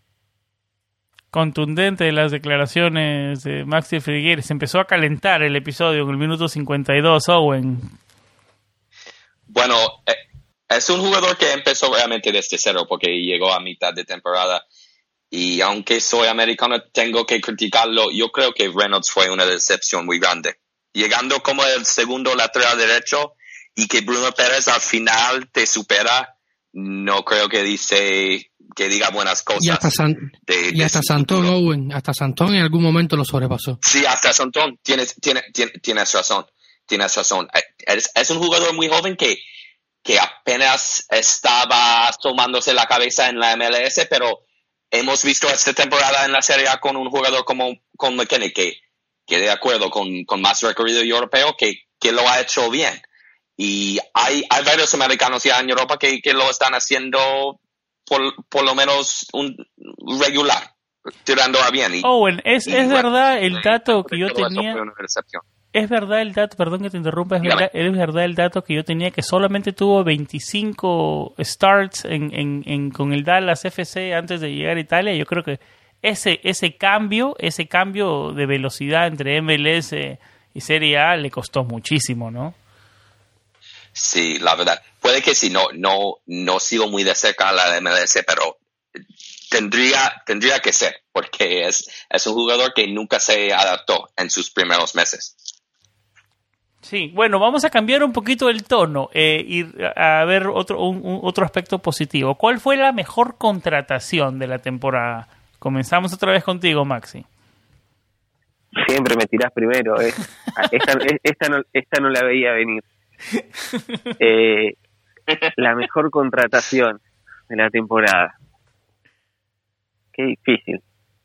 Contundente las declaraciones de Maxi Friguer. Se empezó a calentar el episodio en el minuto cincuenta y dos, Owen. Bueno, eh, es un jugador que empezó realmente desde cero porque llegó a mitad de temporada y aunque soy americano tengo que criticarlo. Yo creo que Reynolds fue una decepción muy grande. Llegando como el segundo lateral derecho y que Bruno Pérez al final te supera, no creo que dice que diga buenas cosas. Y hasta, San, de, y hasta Santón, Owen, hasta Santón en algún momento lo sobrepasó. Sí, hasta Santón, tienes, tienes, tienes razón, tienes razón. Es, es un jugador muy joven que, que apenas estaba asomándose la cabeza en la M L S, pero hemos visto esta temporada en la Serie A con un jugador como con McKinney, que, que de acuerdo con, con más recorrido europeo, que, que lo ha hecho bien. Y hay, hay varios americanos ya en Europa que, que lo están haciendo por, por lo menos un regular, tirando a bien. Y, Owen, es, y es bueno, verdad el dato y, que yo tenía... Es verdad el dato, perdón que te interrumpa, es verdad, es verdad el dato que yo tenía que solamente tuvo veinticinco starts en, en, en, con el Dallas F C antes de llegar a Italia. Yo creo que ese, ese cambio, ese cambio de velocidad entre M L S y Serie A le costó muchísimo, ¿no? Sí, la verdad. Puede que sí, no, no, no sigo muy de cerca a la M L S, pero tendría, tendría que ser, porque es, es un jugador que nunca se adaptó en sus primeros meses. Sí, bueno, vamos a cambiar un poquito el tono eh, y a ver otro, un, un, otro aspecto positivo. ¿Cuál fue la mejor contratación de la temporada? Comenzamos otra vez contigo, Maxi. Siempre me tirás primero, ¿eh? Esta, esta, no, esta no la veía venir. Eh, la mejor contratación de la temporada. Qué difícil.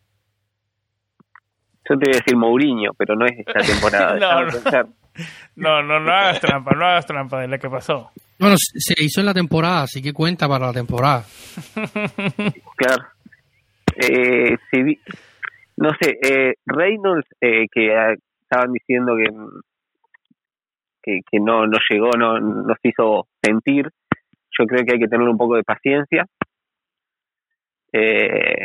Yo te voy a decir Mourinho, pero no es esta temporada. no, no. no, no, no hagas trampa, no hagas trampa de la que pasó. Bueno, se hizo en la temporada, así que cuenta para la temporada. Claro. Eh, si, no sé, eh, Reynolds, eh, que eh, estaban diciendo que que, que no, no llegó, no nos hizo sentir. Yo creo que hay que tener un poco de paciencia. Eh,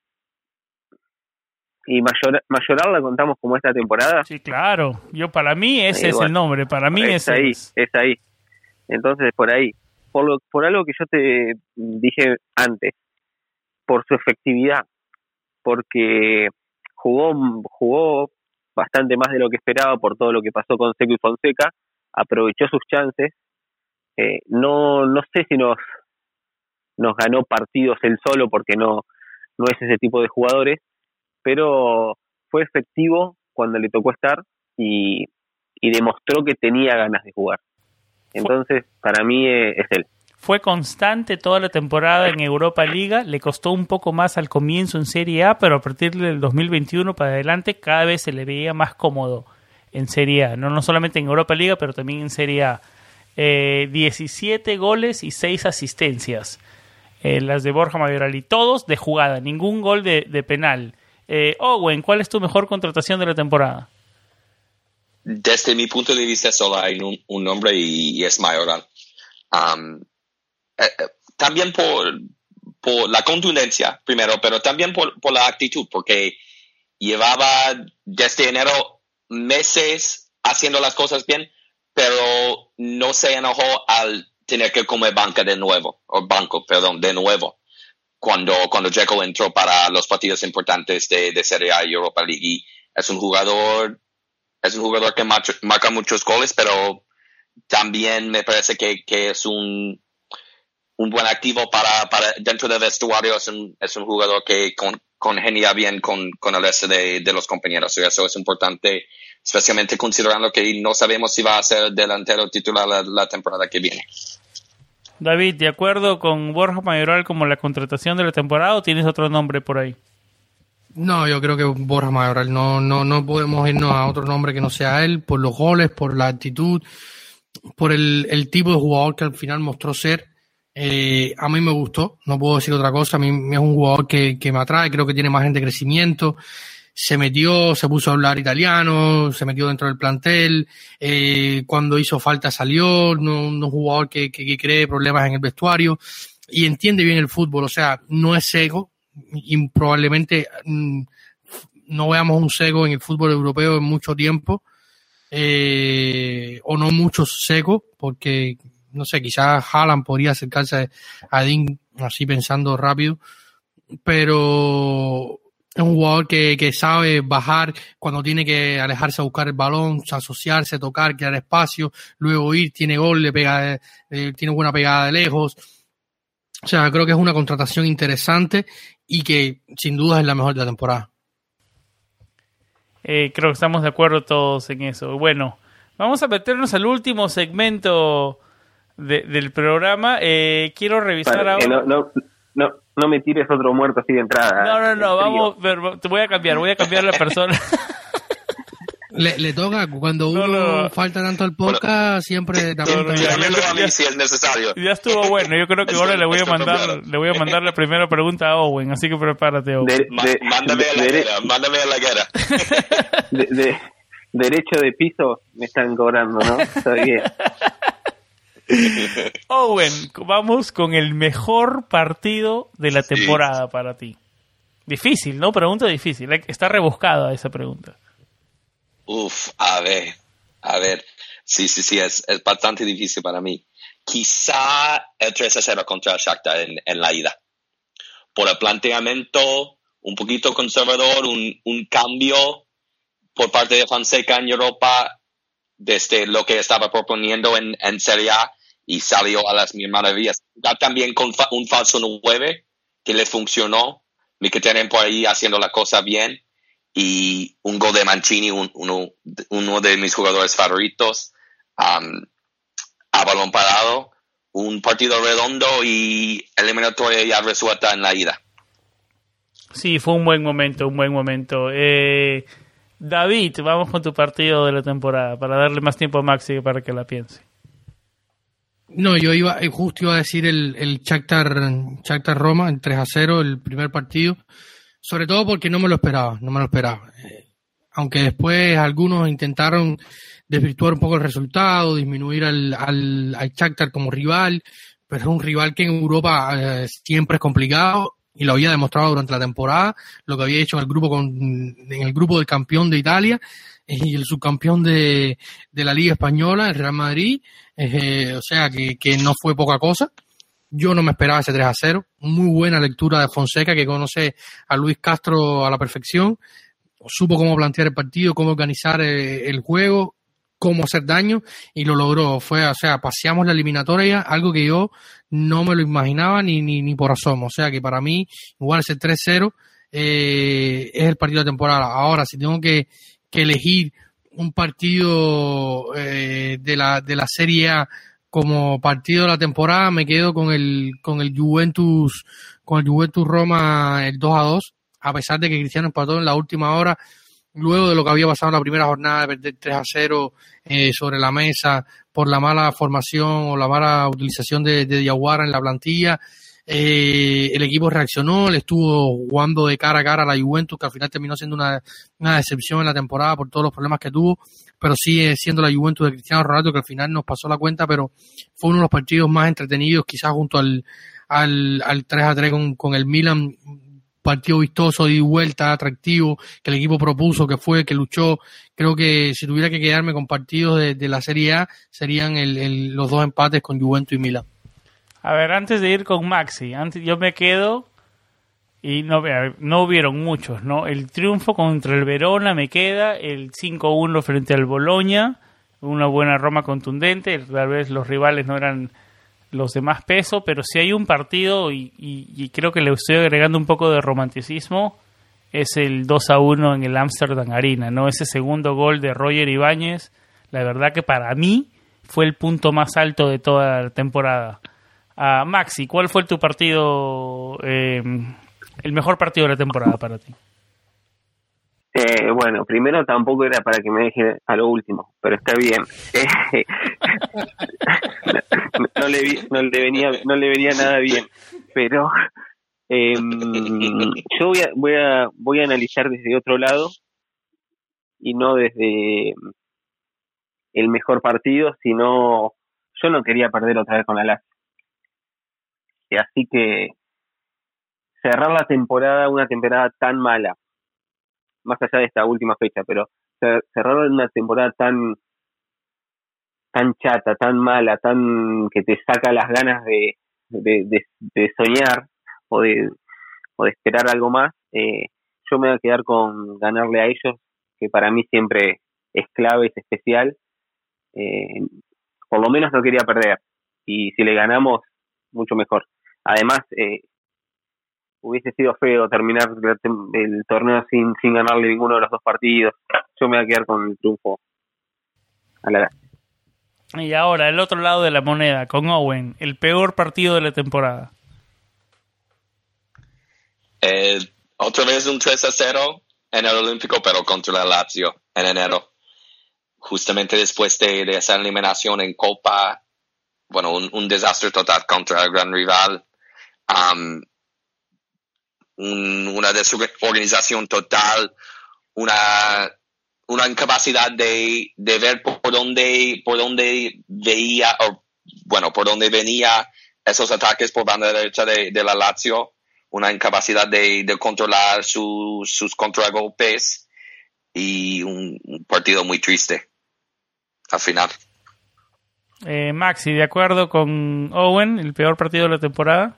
y Mayor, Mayoral la contamos como esta temporada. Sí, claro. Yo para mí ese eh, es bueno, el nombre. Para mí es ese ahí, es. es ahí. Entonces, por ahí. Por, lo, por algo que yo te dije antes. Por su efectividad. Porque jugó jugó bastante más de lo que esperaba por todo lo que pasó con Seco y Fonseca. Aprovechó sus chances. Eh, no no sé si nos nos ganó partidos él solo, porque no no es ese tipo de jugadores, pero fue efectivo cuando le tocó estar y, y demostró que tenía ganas de jugar. Entonces, para mí eh, es él. Fue constante toda la temporada en Europa Liga, le costó un poco más al comienzo en Serie A, pero a partir del dos mil veintiuno para adelante cada vez se le veía más cómodo en Serie A, no, no solamente en Europa Liga, pero también en Serie A. Eh, diecisiete goles y seis asistencias, eh, las de Borja Mayoral, y todos de jugada, ningún gol de, de penal. Eh, Owen, ¿cuál es tu mejor contratación de la temporada? Desde mi punto de vista solo hay un, un nombre y, y es Mayoral. Um, eh, también por, por la contundencia, primero, pero también por, por la actitud, porque llevaba desde enero meses haciendo las cosas bien, pero no se enojó al tener que comer banca de nuevo, o banco, perdón, de nuevo, cuando, cuando Dzeko entró para los partidos importantes de, de Serie A y Europa League. Y es un jugador, es un jugador que marca, marca muchos goles, pero también me parece que, que es un, un buen activo para, para dentro del vestuario. Es un, es un jugador que con, congenia bien con, con el resto de, de los compañeros, y eso es importante, especialmente considerando que no sabemos si va a ser delantero titular la, la temporada que viene. David, ¿de acuerdo con Borja Mayoral como la contratación de la temporada o tienes otro nombre por ahí? No, yo creo que Borja Mayoral, no, no, no podemos irnos a otro nombre que no sea él, por los goles, por la actitud, por el, el tipo de jugador que al final mostró ser. Eh, a mí me gustó, no puedo decir otra cosa, a mí es un jugador que, que me atrae, creo que tiene margen de crecimiento. Se metió, se puso a hablar italiano, se metió dentro del plantel, eh, cuando hizo falta salió, no, no un jugador que, que, que cree problemas en el vestuario y entiende bien el fútbol, o sea, no es cego y probablemente mm, no veamos un cego en el fútbol europeo en mucho tiempo, eh, o no muchos cegos, porque no sé, quizás Haaland podría acercarse a Dean así pensando rápido, pero es un jugador que, que sabe bajar cuando tiene que alejarse a buscar el balón, asociarse, tocar, crear espacio, luego ir, tiene gol, le pega, eh, tiene buena pegada de lejos. O sea, creo que es una contratación interesante y que sin duda es la mejor de la temporada. Eh, creo que estamos de acuerdo todos en eso. Bueno, vamos a meternos al último segmento de, del programa. Eh, quiero revisar Para, ahora... eh, no, no, no, no me tires otro muerto así de entrada. No, no, no, vamos, ver, te voy a cambiar, voy a cambiar la persona. Le, le toca, cuando uno no, no. falta tanto al podcast, bueno, siempre también... No, no, ya, ya, a mí si es necesario. Ya estuvo bueno, yo creo que ahora le voy a mandar le voy a mandar la primera pregunta a Owen, así que prepárate, Owen. De, de, mándame, de, a la de, guerra, mándame a la guerra, de, de, derecho de piso me están cobrando, ¿no? Está bien. Owen, vamos con el mejor partido de la temporada sí. para ti. Difícil, ¿no? Pregunta difícil. Está rebuscada esa pregunta. Uf, a ver, a ver. Sí, sí, sí, es, es bastante difícil para mí. Quizá el tres a cero contra el Shakhtar en, en la ida. Por el planteamiento un poquito conservador, un, un cambio por parte de Fonseca en Europa desde lo que estaba proponiendo en, en Serie A y salió a las mil maravillas. Ya también con fa- un falso nueve que le funcionó, Mkhitaryan por ahí haciendo la cosa bien y un gol de Mancini, un, uno, uno de mis jugadores favoritos, um, a balón parado, un partido redondo y eliminatoria ya resuelta en la ida. Sí, fue un buen momento, un buen momento. Eh, David, vamos con tu partido de la temporada para darle más tiempo a Maxi para que la piense. No, yo iba, justo iba a decir el, el Shakhtar, Shakhtar Roma, el tres a cero, el primer partido, sobre todo porque no me lo esperaba, no me lo esperaba. Eh, aunque después algunos intentaron desvirtuar un poco el resultado, disminuir al, al, al Shakhtar como rival, pero es un rival que en Europa eh, siempre es complicado y lo había demostrado durante la temporada, lo que había hecho en el grupo con, en el grupo del campeón de Italia y el subcampeón de, de la Liga Española, el Real Madrid, eh, o sea que, que no fue poca cosa. Yo no me esperaba ese tres a cero, muy buena lectura de Fonseca, que conoce a Luis Castro a la perfección, supo cómo plantear el partido, cómo organizar eh, el juego, cómo hacer daño, y lo logró. Fue, o sea, paseamos la eliminatoria, algo que yo no me lo imaginaba ni, ni, ni por asomo. O sea que para mí, igual ese tres cero eh, es el partido de temporada. Ahora, si tengo que, que elegir un partido eh, de la de la Serie A como partido de la temporada, me quedo con el con el Juventus con el Juventus Roma el dos a dos, a pesar de que Cristiano empató en la última hora, luego de lo que había pasado en la primera jornada, de perder tres a cero eh, sobre la mesa por la mala formación o la mala utilización de, de Diawara en la plantilla. Eh, el equipo reaccionó, le estuvo jugando de cara a cara a la Juventus, que al final terminó siendo una, una decepción en la temporada por todos los problemas que tuvo, pero sigue siendo la Juventus de Cristiano Ronaldo, que al final nos pasó la cuenta, pero fue uno de los partidos más entretenidos, quizás junto al, al, al tres a tres con, con el Milan. Partido vistoso, de vuelta, atractivo, que el equipo propuso, que fue, que luchó. Creo que si tuviera que quedarme con partidos de, de la Serie A, serían el, el, los dos empates con Juventus y Milan. A ver, antes de ir con Maxi, antes yo me quedo, y no, no hubieron muchos, ¿no? El triunfo contra el Verona me queda, el cinco uno frente al Bologna, una buena Roma contundente, tal vez los rivales no eran los de más peso, pero si hay un partido, y, y, y creo que le estoy agregando un poco de romanticismo, es el dos a uno en el Amsterdam Arena, ¿no? Ese segundo gol de Roger Ibáñez, la verdad que para mí fue el punto más alto de toda la temporada. Uh, Maxi, ¿cuál fue tu partido, eh, el mejor partido de la temporada para ti? Eh, bueno, primero tampoco era para que me deje a lo último, pero está bien. Eh, no, no le vi, no le venía no le venía nada bien, pero eh, yo voy a, voy a voy a analizar desde otro lado y no desde el mejor partido, sino yo no quería perder otra vez con la Lazio. Y así que cerrar la temporada, una temporada tan mala, más allá de esta última fecha, pero cerrar una temporada tan tan chata, tan mala, tan que te saca las ganas de, de, de, de soñar o de, o de esperar algo más, eh, yo me voy a quedar con ganarle a ellos, que para mí siempre es clave, es especial. Eh, por lo menos no quería perder, y si le ganamos, mucho mejor. Además, eh, hubiese sido feo terminar el torneo sin, sin ganarle ninguno de los dos partidos. Yo me voy a quedar con el triunfo a la. Y ahora, el otro lado de la moneda, con Owen, el peor partido de la temporada. Eh, otra vez un tres a cero en el Olímpico, pero contra la Lazio en enero. Justamente después de, de esa eliminación en Copa, bueno, un, un desastre total contra el gran rival. Um, un, una desorganización total, una... una incapacidad de, de ver por dónde, por dónde veía, o bueno, por dónde venía esos ataques por banda derecha de, de la Lazio, una incapacidad de, de controlar su, sus contragolpes, y un, un partido muy triste al final. Eh, Maxi, ¿de acuerdo con Owen, el peor partido de la temporada?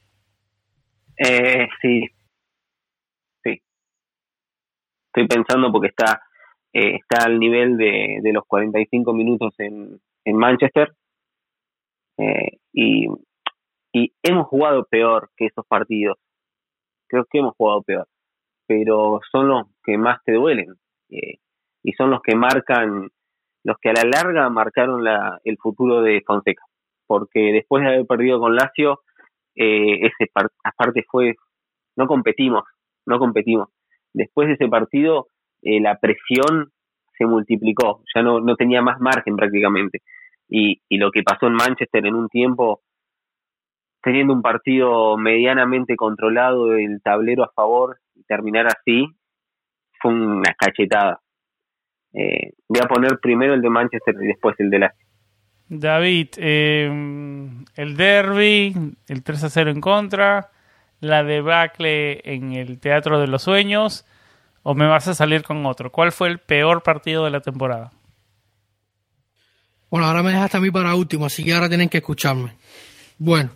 Eh, sí, sí. Estoy pensando porque está Eh, está al nivel de, de los cuarenta y cinco minutos en, en Manchester, eh, y, y hemos jugado peor que esos partidos. Creo que hemos jugado peor, pero son los que más te duelen, eh, y son los que marcan, los que a la larga marcaron la, el futuro de Fonseca, porque después de haber perdido con Lazio, eh, ese par- aparte fue, no competimos, no competimos. Después de ese partido, Eh, la presión se multiplicó, ya no, no tenía más margen prácticamente, y, y lo que pasó en Manchester en un tiempo, teniendo un partido medianamente controlado, el tablero a favor, y terminar así, fue una cachetada. Eh, voy a poner primero el de Manchester y después el de la. David, eh, el derbi, el tres a cero en contra, la debacle en el Teatro de los Sueños, ¿o me vas a salir con otro? ¿Cuál fue el peor partido de la temporada? Bueno, ahora me dejaste a mí para último, así que ahora tienen que escucharme. Bueno.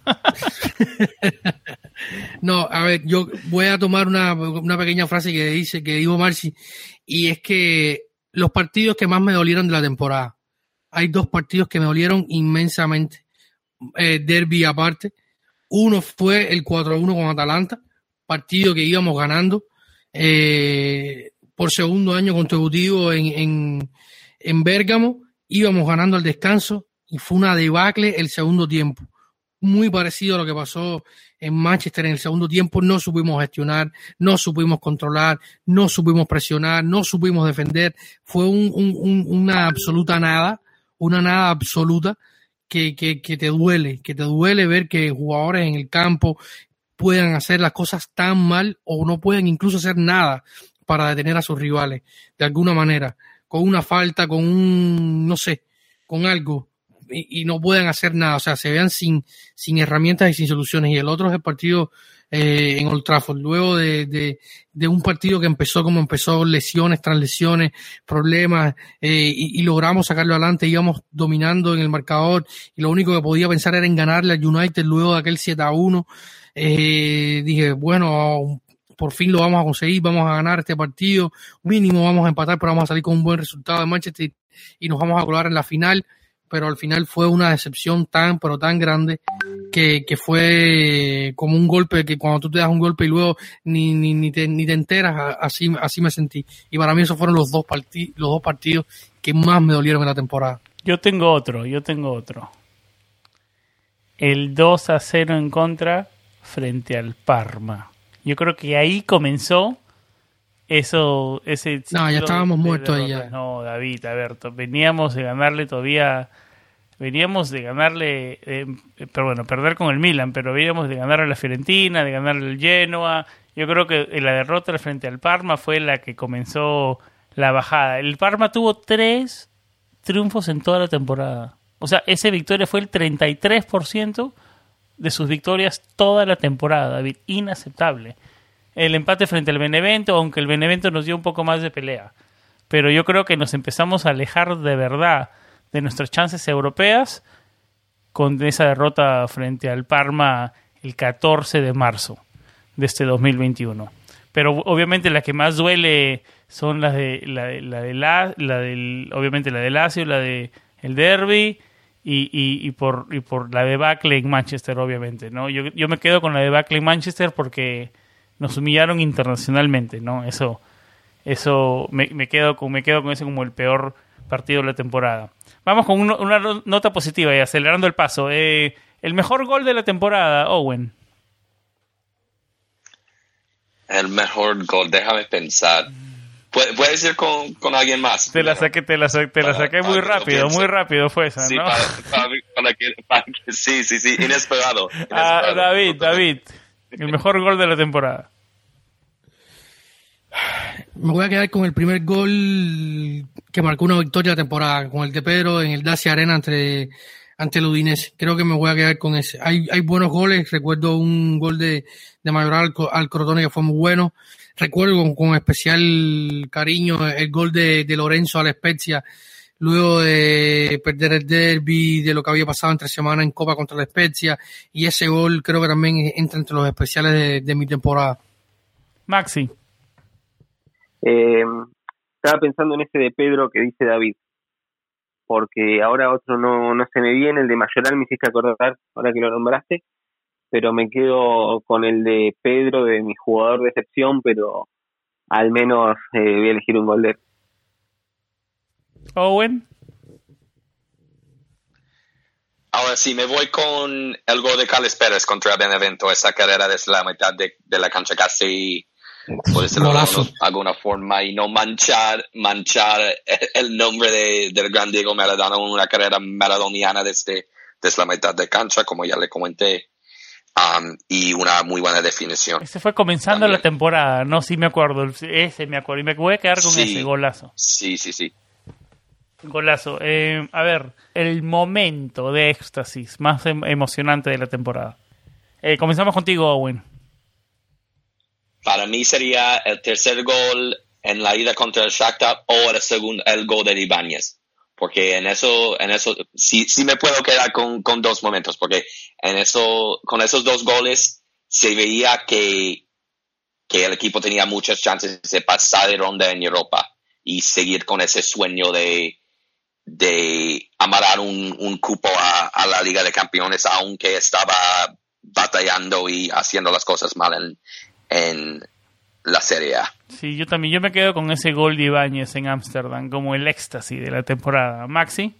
No, a ver, yo voy a tomar una, una pequeña frase que dice, que dijo Marci, y es que los partidos que más me dolieron de la temporada, hay dos partidos que me dolieron inmensamente, eh, derbi aparte. Uno fue el cuatro a uno con Atalanta, partido que íbamos ganando, Eh, por segundo año consecutivo en, en, en Bérgamo, íbamos ganando al descanso y fue una debacle el segundo tiempo, muy parecido a lo que pasó en Manchester en el segundo tiempo. No supimos gestionar, no supimos controlar, no supimos presionar, no supimos defender. Fue un, un, un, una absoluta nada, una nada absoluta que, que, que te duele, que te duele ver que jugadores en el campo puedan hacer las cosas tan mal o no pueden incluso hacer nada para detener a sus rivales de alguna manera, con una falta, con un, no sé, con algo, y, y no pueden hacer nada, o sea, se vean sin, sin herramientas y sin soluciones. Y el otro es el partido eh, en Old Trafford, luego de, de, de un partido que empezó como empezó, lesiones tras lesiones, problemas, eh, y, y logramos sacarlo adelante, íbamos dominando en el marcador, y lo único que podía pensar era en ganarle al United luego de aquel siete a uno. Eh, dije, bueno, por fin lo vamos a conseguir, vamos a ganar este partido, mínimo vamos a empatar, pero vamos a salir con un buen resultado de Manchester y nos vamos a colar en la final. Pero al final fue una decepción tan, pero tan grande que, que fue como un golpe, que cuando tú te das un golpe y luego ni, ni, ni, te, ni te enteras, así, así me sentí. Y para mí esos fueron los dos, partid- los dos partidos que más me dolieron en la temporada. Yo tengo otro, yo tengo otro. El dos a cero en contra frente al Parma. Yo creo que ahí comenzó eso, ese... No, ya estábamos de, muertos de, ahí ya. No, David, a ver, veníamos de ganarle todavía... Veníamos de ganarle, eh, pero bueno, perder con el Milan, pero veníamos de ganarle a la Fiorentina, de ganarle al Genoa. Yo creo que la derrota frente al Parma fue la que comenzó la bajada. El Parma tuvo tres triunfos en toda la temporada. O sea, esa victoria fue el treinta y tres por ciento de sus victorias toda la temporada, David. Inaceptable. El empate frente al Benevento, aunque el Benevento nos dio un poco más de pelea. Pero yo creo que nos empezamos a alejar de verdad de nuestras chances europeas con esa derrota frente al Parma el catorce de marzo de este dos mil veintiuno. Pero obviamente la que más duele son las de la de la de la, la del obviamente la del Lazio, la de el Derby y, y, y por y por la debacle en Manchester, obviamente, ¿no? Yo yo me quedo con la debacle en Manchester porque nos humillaron internacionalmente, ¿no? Eso eso me, me quedo con me quedo con ese como el peor partido de la temporada. Vamos con un, una nota positiva y acelerando el paso. Eh, el mejor gol de la temporada, Owen. El mejor gol, déjame pensar. ¿Puedes ir con, con alguien más? Te la saqué, te la, te para, la saqué muy rápido, muy rápido fue esa, sí, ¿no? Para, para, para que, para que, sí, sí, sí, inesperado. inesperado. Ah, David, David, el mejor gol de la temporada. Me voy a quedar con el primer gol que marcó una victoria de la temporada, con el de Pedro en el Dacia Arena ante, ante el Udinese. Creo que me voy a quedar con ese. Hay, hay buenos goles, recuerdo un gol de, de Mayoral al, al Crotone que fue muy bueno. Recuerdo con, con especial cariño el gol de, de Lorenzo a la Spezia, luego de perder el derby, de lo que había pasado entre semana en Copa contra la Spezia, y ese gol creo que también entra entre los especiales de, de mi temporada. Maxi. Eh, estaba pensando en ese de Pedro que dice David, porque ahora otro no, no se me viene, el de Mayoral me hiciste acordar, ahora que lo nombraste, pero me quedo con el de Pedro, de mi jugador de excepción, pero al menos eh, voy a elegir un gol de él. Owen. Ahora sí, me voy con el gol de Carles Pérez contra Benevento, esa carrera desde la mitad de, de la cancha casi... Puede ser de alguna forma y no manchar manchar el nombre de, del gran Diego Maradona en una carrera maradoniana desde, desde la mitad de cancha, como ya le comenté, um, y una muy buena definición. Ese fue comenzando también la temporada, no, sí me acuerdo, ese me acuerdo, y me voy a quedar con sí, ese golazo. Sí, sí, sí. Golazo. Eh, a ver, el momento de éxtasis más em- emocionante de la temporada. Eh, comenzamos contigo, Owen. Para mí sería el tercer gol en la ida contra el Shakhtar o el segundo, el gol de Ibáñez. Porque en eso, en eso, sí, sí me puedo quedar con, con dos momentos, porque en eso, con esos dos goles se veía que, que el equipo tenía muchas chances de pasar de ronda en Europa y seguir con ese sueño de, de amarrar un, un cupo a, a la Liga de Campeones, aunque estaba batallando y haciendo las cosas mal en, en la Serie A. Sí, yo también, yo me quedo con ese gol de Ibáñez en Ámsterdam como el éxtasis de la temporada. Maxi.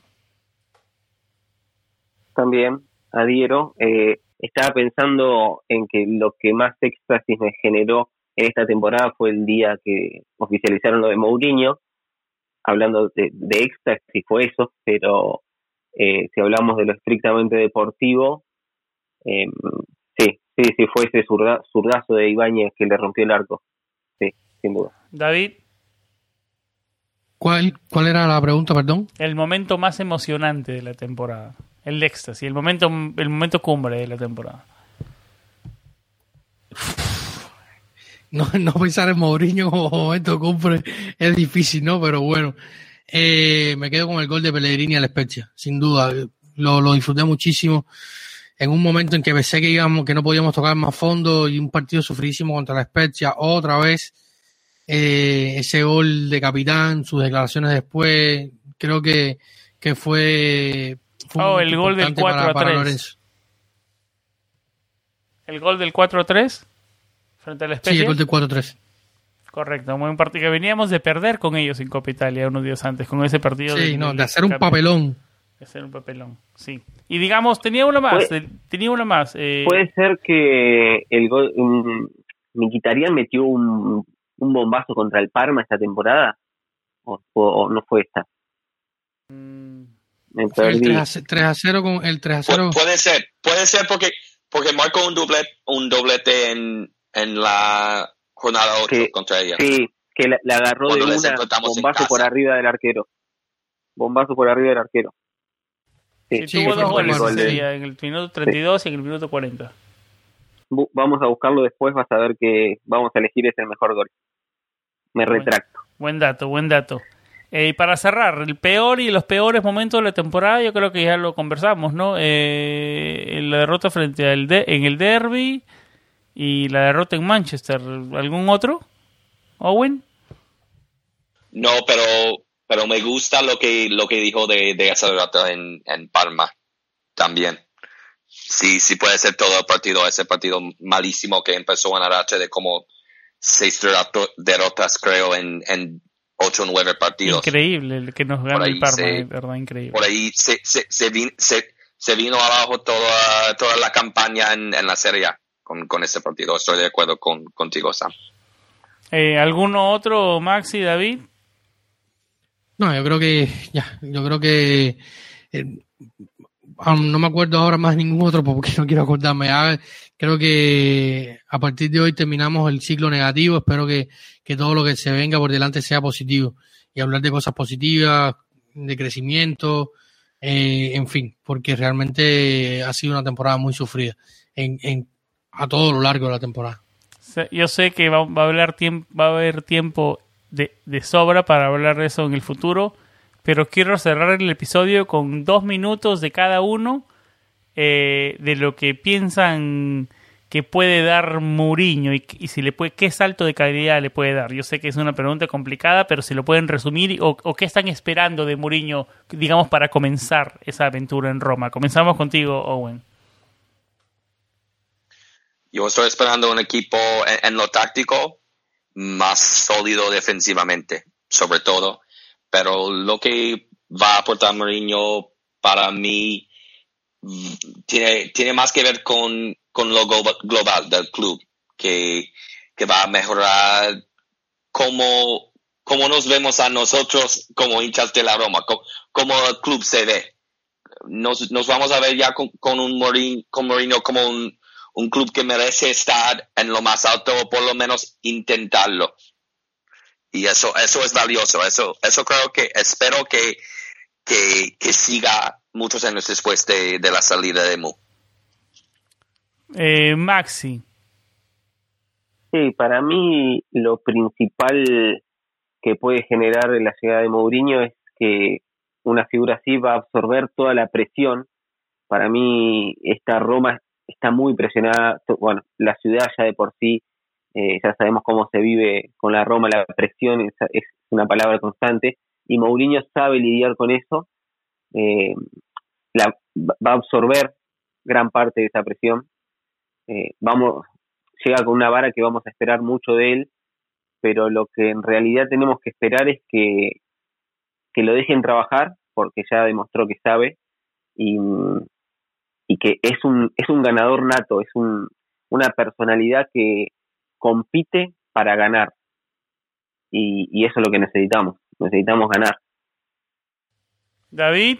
También adhiero, eh, estaba pensando en que lo que más éxtasis me generó en esta temporada fue el día que oficializaron lo de Mourinho. Hablando de, de éxtasis fue eso, pero eh, si hablamos de lo estrictamente deportivo, eh, sí, sí, sí fue ese zurda, zurdazo de Ibáñez que le rompió el arco, sí, sin duda. David. ¿Cuál, cuál era la pregunta, perdón? El momento más emocionante de la temporada, el éxtasis, el momento, el momento cumbre de la temporada. No, no pensar en Mourinho como momento cumple es difícil, ¿no? Pero bueno, eh, me quedo con el gol de Pellegrini a la Spezia, sin duda. Lo, lo disfruté muchísimo. En un momento en que pensé que íbamos, que no podíamos tocar más fondo y un partido sufridísimo contra la Spezia, otra vez eh, ese gol de capitán, sus declaraciones después, creo que, que fue, fue oh, el gol del cuatro a tres. El gol del cuatro a tres frente a la Spezia. Sí, el gol del cuatro a tres. Correcto, muy un partido que veníamos de perder con ellos en Copa Italia unos días antes, con ese partido. Sí, de, no, de, de hacer un papelón. De hacer un papelón, sí. Y digamos, tenía uno más, Puede, tenía uno más. Eh... Puede ser que el gol, um, Mkhitaryan metió un, un bombazo contra el Parma esta temporada? ¿O, o, o no fue esta? Me Fue el tres a cero con el tres a cero. Pu- puede ser, puede ser porque porque marcó un doblete, un doblete en, en la jornada ocho que, contra ella. Sí, que la, la agarró Cuando de les una, enfrentamos en bombazo casa. por arriba del arquero. Bombazo por arriba del arquero. Sí, Sí, tuvo fue dos muy goles bueno, ese sí. día, en el minuto treinta y dos y en el minuto cuarenta. Bu- Vamos a buscarlo después, vas a ver que vamos a elegir ese mejor gol. Me Bueno. retracto. Buen dato, buen dato. Eh, y para cerrar, el peor y los peores momentos de la temporada, yo creo que ya lo conversamos, ¿no? Eh, la derrota frente al de- en el derby y la derrota en Manchester. ¿Algún otro? ¿Owen? No, pero pero me gusta lo que lo que dijo de, de esa derrota en, en Parma también. Sí, sí puede ser todo el partido, ese partido malísimo que empezó en la racha de como seis derroto- derrotas, creo, en, en ocho o nueve partidos. Increíble el que nos Por gana ahí el Parma, se- de verdad, increíble. Por ahí se, se, se, vin- se, se vino abajo toda, toda la campaña en, en la Serie A con, con ese partido. Estoy de acuerdo con, contigo, Sam. Eh, ¿Alguno otro, Maxi, David? No, yo creo que ya, yo creo que eh, aún no me acuerdo ahora más ningún otro porque no quiero acordarme. Ah, creo que a partir de hoy terminamos el ciclo negativo. Espero que, que todo lo que se venga por delante sea positivo y hablar de cosas positivas, de crecimiento, eh, en fin, porque realmente ha sido una temporada muy sufrida en, en a todo lo largo de la temporada. Se- Yo sé que va, va a haber tiempo, va a haber tiempo de, de sobra para hablar de eso en el futuro, pero quiero cerrar el episodio con dos minutos de cada uno eh, de lo que piensan que puede dar Mourinho y, y si le puede, qué salto de calidad le puede dar. Yo sé que es una pregunta complicada, pero si lo pueden resumir o, o qué están esperando de Mourinho, digamos, para comenzar esa aventura en Roma. Comenzamos contigo, Owen. Yo estoy esperando un equipo en, en lo táctico más sólido defensivamente, sobre todo. Pero lo que va a aportar Mourinho para mí mm, tiene, tiene más que ver con, con lo global, global del club, que, que va a mejorar cómo, cómo nos vemos a nosotros como hinchas de la Roma, cómo, cómo el club se ve. Nos, nos vamos a ver ya con, con un Mourinho, con Mourinho como un un club que merece estar en lo más alto o por lo menos intentarlo. Y eso eso es valioso. Eso eso creo que, espero que, que, que siga muchos años después de, de la salida de Mu. Eh, Maxi. Sí, para mí lo principal que puede generar la llegada de Mourinho es que una figura así va a absorber toda la presión. Para mí esta Roma está muy presionada. Bueno, la ciudad ya de por sí, eh, ya sabemos cómo se vive con la Roma, la presión es, es una palabra constante, y Mourinho sabe lidiar con eso. Eh, la, va a absorber gran parte de esa presión. Eh, vamos, llega con una vara que vamos a esperar mucho de él, pero lo que en realidad tenemos que esperar es que, que lo dejen trabajar, porque ya demostró que sabe, y y que es un es un ganador nato, es un una personalidad que compite para ganar, y, y eso es lo que necesitamos, necesitamos ganar. David.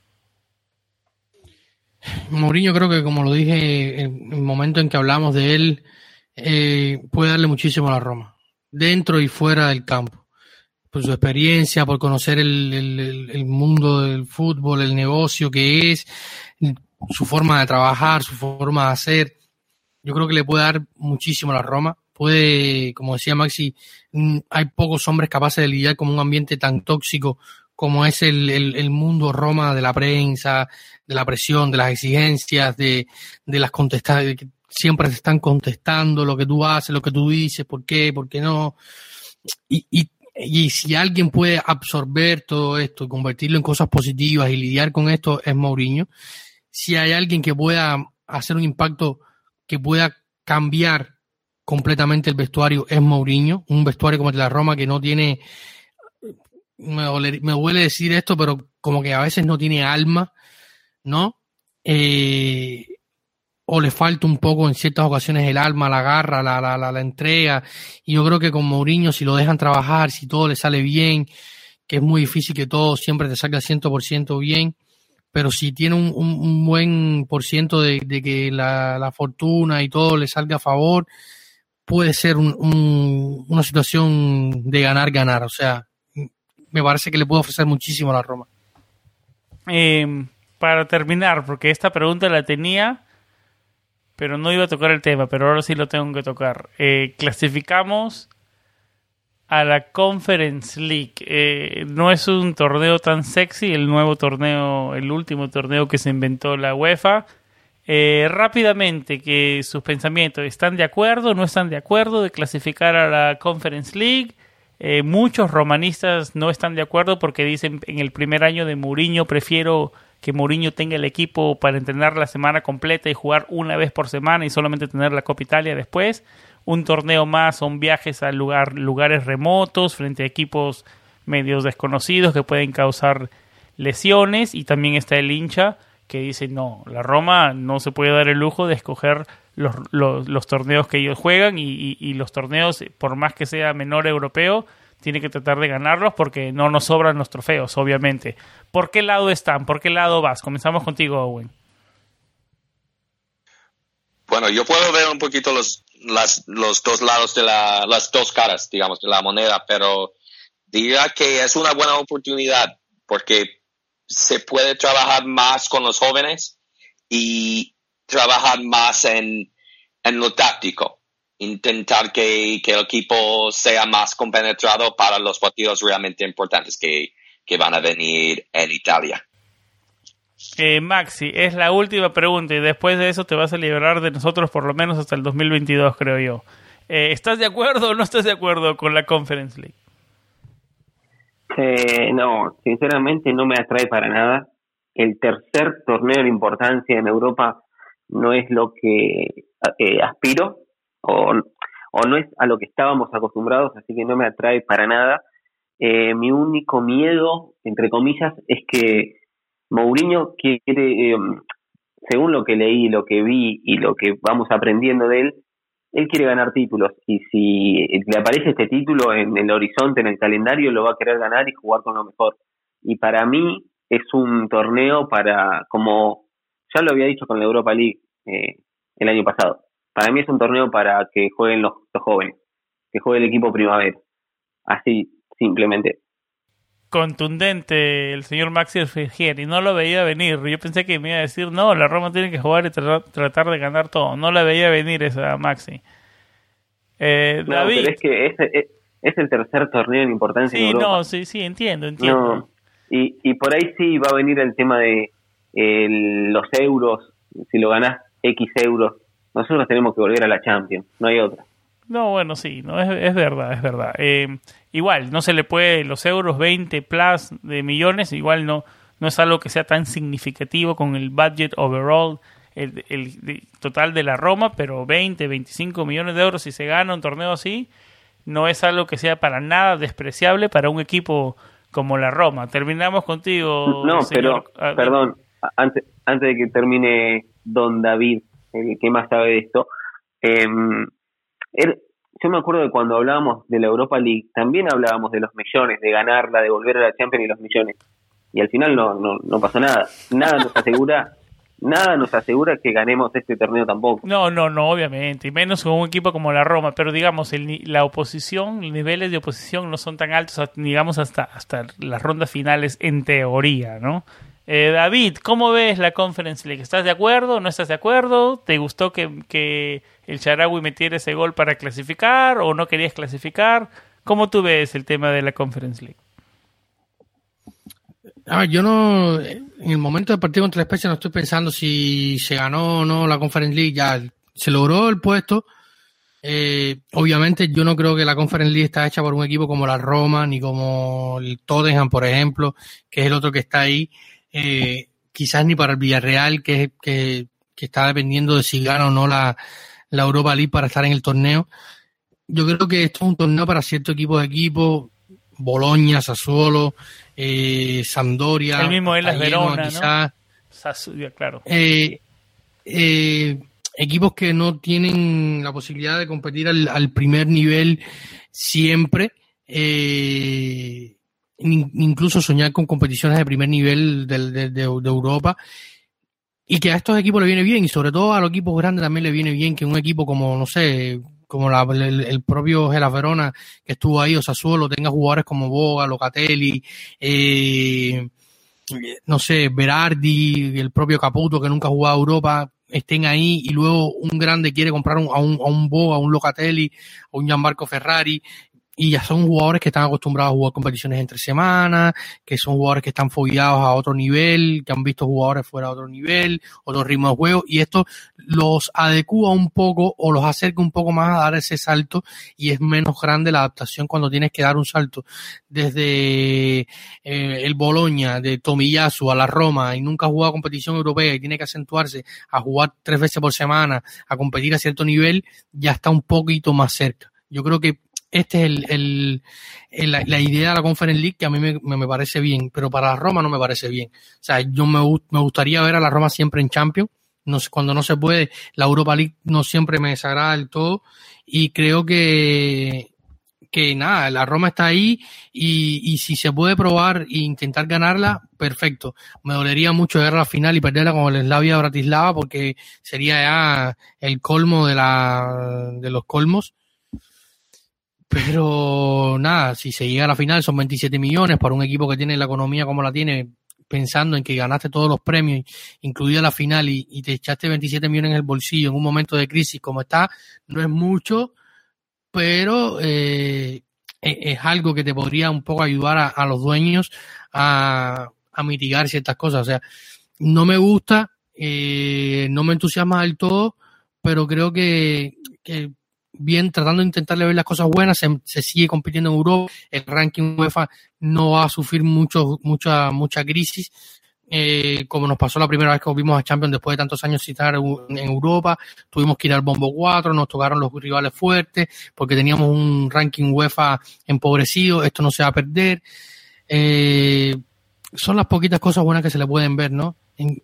Mourinho, creo que como lo dije en el momento en que hablamos de él, eh, puede darle muchísimo a la Roma, dentro y fuera del campo, por su experiencia, por conocer el, el, el mundo del fútbol, el negocio que es, su forma de trabajar, su forma de hacer. Yo creo que le puede dar muchísimo a la Roma. Puede, como decía Maxi, hay pocos hombres capaces de lidiar con un ambiente tan tóxico como es el, el, el mundo Roma, de la prensa, de la presión, de las exigencias, de, de las contestadas, de que siempre te están contestando lo que tú haces, lo que tú dices, por qué, por qué no. Y, y, y si alguien puede absorber todo esto y convertirlo en cosas positivas y lidiar con esto, es Mourinho. Si hay alguien que pueda hacer un impacto, que pueda cambiar completamente el vestuario, es Mourinho. Un vestuario como el de la Roma que no tiene, me duele, me duele decir esto, pero como que a veces no tiene alma, ¿no? Eh, o le falta un poco en ciertas ocasiones el alma, la garra, la, la, la, la entrega. Y yo creo que con Mourinho, si lo dejan trabajar, si todo le sale bien, que es muy difícil que todo siempre te salga cien por ciento bien, pero si tiene un, un, un buen por ciento de, de que la, la fortuna y todo le salga a favor, puede ser un, un, una situación de ganar-ganar. O sea, me parece que le puede ofrecer muchísimo a la Roma. Eh, para terminar, porque esta pregunta la tenía, pero no iba a tocar el tema, pero ahora sí lo tengo que tocar. Eh, clasificamos a la Conference League. Eh, no es un torneo tan sexy, el nuevo torneo, el último torneo que se inventó la UEFA. Eh, rápidamente, que sus pensamientos, ¿están de acuerdo? ¿No están de acuerdo de clasificar a la Conference League? Eh, muchos romanistas no están de acuerdo porque dicen, en el primer año de Mourinho prefiero que Mourinho tenga el equipo para entrenar la semana completa y jugar una vez por semana y solamente tener la Copa Italia después. Un torneo más son viajes a lugar, lugares remotos frente a equipos medios desconocidos que pueden causar lesiones. Y también está el hincha que dice, no, la Roma no se puede dar el lujo de escoger los, los, los torneos que ellos juegan y, y, y los torneos, por más que sea menor europeo, tiene que tratar de ganarlos porque no nos sobran los trofeos, obviamente. ¿Por qué lado están? ¿Por qué lado vas? Comenzamos contigo, Owen. Bueno, yo puedo ver un poquito los, las, los dos lados de la, las dos caras, digamos, de la moneda, pero diría que es una buena oportunidad porque se puede trabajar más con los jóvenes y trabajar más en, en lo táctico. Intentar que, que el equipo sea más compenetrado para los partidos realmente importantes que, que van a venir en Italia. Eh, Maxi, es la última pregunta y después de eso te vas a liberar de nosotros por lo menos hasta el dos mil veintidós, creo yo. Eh, ¿Estás de acuerdo o no estás de acuerdo con la Conference League? Eh, no, sinceramente no me atrae para nada. El tercer torneo de importancia en Europa no es lo que eh, aspiro o, o no es a lo que estábamos acostumbrados, así que no me atrae para nada. Eh, mi único miedo, entre comillas, es que Mourinho quiere, eh, según lo que leí, lo que vi y lo que vamos aprendiendo de él, él quiere ganar títulos y si le aparece este título en el horizonte, en el calendario, lo va a querer ganar y jugar con lo mejor. Y para mí es un torneo para, como ya lo había dicho con la Europa League eh, el año pasado, para mí es un torneo para que jueguen los, los jóvenes, que juegue el equipo primavera. Así, simplemente. Contundente el señor Maxi Alfigieri, no lo veía venir. Yo pensé que me iba a decir, no, la Roma tiene que jugar y tra- tratar de ganar todo. No la veía venir esa Maxi. Eh, no, David. Pero es que es, es, es el tercer torneo en importancia sí, en Europa. no, sí, sí, entiendo, entiendo. No, y, y por ahí sí va a venir el tema de eh, los euros, si lo ganás X euros. Nosotros tenemos que volver a la Champions, no hay otra. No, bueno, sí, no es, es verdad, es verdad. Eh, igual, no se le puede, los euros veinte plus de millones, igual no no es algo que sea tan significativo con el budget overall, el, el, el total de la Roma, pero veinte, veinticinco millones de euros si se gana un torneo así, no es algo que sea para nada despreciable para un equipo como la Roma. Terminamos contigo, No, señor. pero, perdón, antes, antes de que termine don David, el que más sabe de esto, eh, Er, yo me acuerdo de cuando hablábamos de la Europa League, también hablábamos de los millones, de ganarla, de volver a la Champions y los millones. Y al final no, no, no pasó nada. Nada nos asegura, nada nos asegura que ganemos este torneo tampoco. No, no, no, obviamente. Y menos con un equipo como la Roma. Pero digamos, el, la oposición, los niveles de oposición no son tan altos, digamos, hasta, hasta las rondas finales en teoría, ¿no? Eh, David, ¿cómo ves la Conference League? ¿Estás de acuerdo? ¿No estás de acuerdo? ¿Te gustó que, que el Shaarawy metiera ese gol para clasificar o no querías clasificar? ¿Cómo tú ves el tema de la Conference League? A ver, yo no, en el momento del partido contra la Spezia no estoy pensando si se ganó o no la Conference League, ya se logró el puesto. Eh, obviamente yo no creo que la Conference League está hecha por un equipo como la Roma ni como el Tottenham, por ejemplo, que es el otro que está ahí. Eh, quizás ni para el Villarreal, que, que, que está dependiendo de si gana o no la, la Europa League para estar en el torneo. Yo creo que esto es un torneo para cierto equipo de equipo, Bologna, Sassuolo, eh, Sampdoria, el mismo Hellas Verona, quizás, ¿no? Sassuolo, claro. Eh, eh, equipos que no tienen la posibilidad de competir al, al primer nivel siempre, eh, incluso soñar con competiciones de primer nivel de, de, de, de Europa, y que a estos equipos le viene bien, y sobre todo a los equipos grandes también le viene bien que un equipo como, no sé, como la, el, el propio Hellas Verona que estuvo ahí, o Sassuolo, tenga jugadores como Boga, Locatelli, eh, no sé, Berardi, el propio Caputo que nunca ha jugado a Europa, estén ahí, y luego un grande quiere comprar un, a un a un Boga, a un Locatelli, a un Gianmarco Ferrari, y ya son jugadores que están acostumbrados a jugar competiciones entre semanas, que son jugadores que están fogueados a otro nivel, que han visto jugadores fuera de otro nivel, otro ritmo de juego, y esto los adecúa un poco o los acerca un poco más a dar ese salto, y es menos grande la adaptación cuando tienes que dar un salto desde eh, el Bologna, de Tomiyasu a la Roma, y nunca ha jugado competición europea y tiene que acentuarse a jugar tres veces por semana, a competir a cierto nivel, ya está un poquito más cerca. Yo creo que este es el, el, el la, la idea de la Conference League, que a mí me, me, me parece bien, pero para la Roma no me parece bien. O sea, yo me, me gustaría ver a la Roma siempre en Champions. No sé, cuando no se puede, la Europa League no siempre me desagrada del todo, y creo que que nada, la Roma está ahí, y, y si se puede probar e intentar ganarla, perfecto. Me dolería mucho ver la final y perderla con el Slavia Bratislava, porque sería ya el colmo de la de los colmos. Pero nada, si se llega a la final son veintisiete millones para un equipo que tiene la economía como la tiene, pensando en que ganaste todos los premios, incluida la final, y, y te echaste veintisiete millones en el bolsillo en un momento de crisis como está, no es mucho, pero eh, es, es algo que te podría un poco ayudar a, a los dueños a, a mitigar ciertas cosas. O sea, no me gusta, eh, no me entusiasma del todo, pero creo que, que bien, tratando de intentarle ver las cosas buenas, se, se sigue compitiendo en Europa, el ranking UEFA no va a sufrir mucho, mucha, mucha crisis, eh, como nos pasó la primera vez que volvimos a Champions después de tantos años sin estar en Europa. Tuvimos que ir al bombo cuatro, nos tocaron los rivales fuertes, porque teníamos un ranking UEFA empobrecido, esto no se va a perder. Eh, son las poquitas cosas buenas que se le pueden ver, ¿no? En...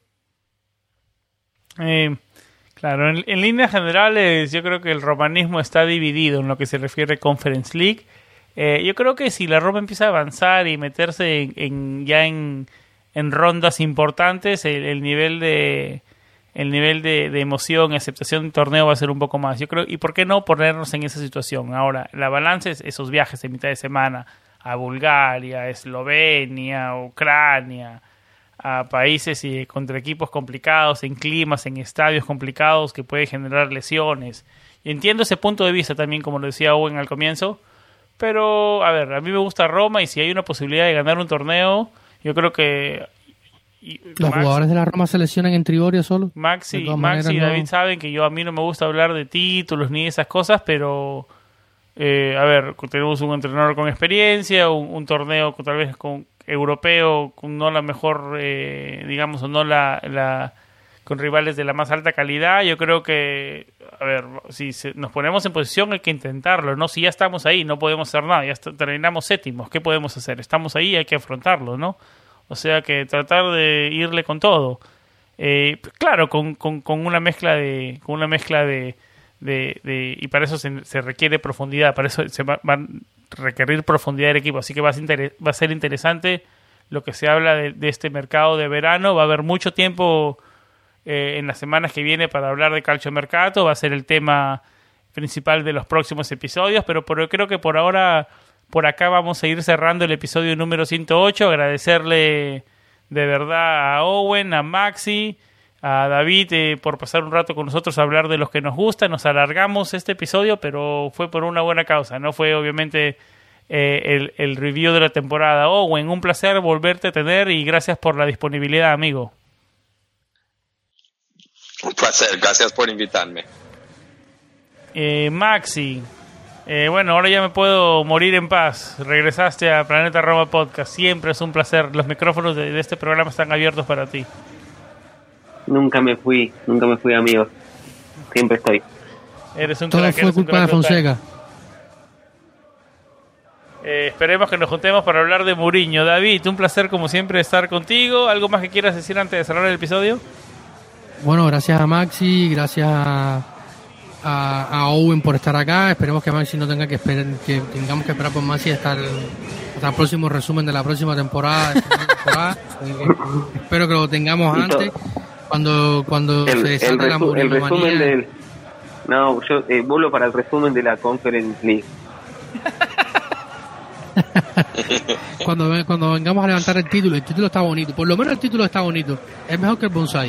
Eh... Claro, en, en líneas generales yo creo que el romanismo está dividido en lo que se refiere a Conference League. Eh, yo creo que si la Roma empieza a avanzar y meterse en, en, ya en, en rondas importantes, el, el nivel de el nivel de, de emoción y aceptación del torneo va a ser un poco más. Yo creo, y por qué no ponernos en esa situación. Ahora, la balanza es esos viajes de mitad de semana a Bulgaria, a Eslovenia, a Ucrania, a países y contra equipos complicados, en climas, en estadios complicados que puede generar lesiones. Y entiendo ese punto de vista también, como lo decía Owen al comienzo, pero a ver, a mí me gusta Roma, y si hay una posibilidad de ganar un torneo, yo creo que y, los Max, jugadores de la Roma se lesionan en Trigoria solo. Max y, Max y David no... saben que yo a mí no me gusta hablar de títulos ni esas cosas, pero eh, a ver, tenemos un entrenador con experiencia, un, un torneo con, tal vez con europeo, con no la mejor, eh, digamos, o no la, la con rivales de la más alta calidad. Yo creo que, a ver, si se, nos ponemos en posición hay que intentarlo, ¿no? Si ya estamos ahí, no podemos hacer nada, ya está, terminamos séptimos, ¿qué podemos hacer? Estamos ahí, hay que afrontarlo, ¿no? O sea que tratar de irle con todo. Eh, claro, con, con, con una mezcla de, con una mezcla de, de, de y para eso se, se requiere profundidad, para eso se va, van requerir profundidad del equipo, así que va a ser, inter- va a ser interesante lo que se habla de, de este mercado de verano. Va a haber mucho tiempo eh, en las semanas que viene para hablar de calciomercato, va a ser el tema principal de los próximos episodios, pero por, creo que por ahora, por acá vamos a ir cerrando el episodio número ciento ocho. Agradecerle de verdad a Owen, a Maxi, a David eh, por pasar un rato con nosotros a hablar de los que nos gusta. Nos alargamos este episodio, pero fue por una buena causa, no fue obviamente eh, el, el review de la temporada. Owen, un placer volverte a tener y gracias por la disponibilidad, amigo. Un placer, gracias por invitarme. eh, Maxi, eh, bueno, ahora ya me puedo morir en paz. Regresaste a Planeta Roma Podcast, siempre es un placer. Los micrófonos de, de este programa están abiertos para ti. Nunca me fui, nunca me fui, amigo. Siempre estoy. Eres un Todo crack, fue eres culpa de Fonseca. Eh, esperemos que nos juntemos para hablar de Mourinho. David, un placer como siempre estar contigo. ¿Algo más que quieras decir antes de cerrar el episodio? Bueno, gracias a Maxi, gracias a, a, a Owen por estar acá. Esperemos que Maxi no tenga que esperar, que tengamos que esperar por Maxi hasta el, hasta el próximo resumen de la próxima temporada. De esta temporada. Espero que lo tengamos antes, cuando cuando el, se desate el, la resu, el resumen monomanía. del no yo eh, vuelo para el resumen de la Conference League. cuando cuando vengamos a levantar el título, el título está bonito, por lo menos el título está bonito, es mejor que el bonsai.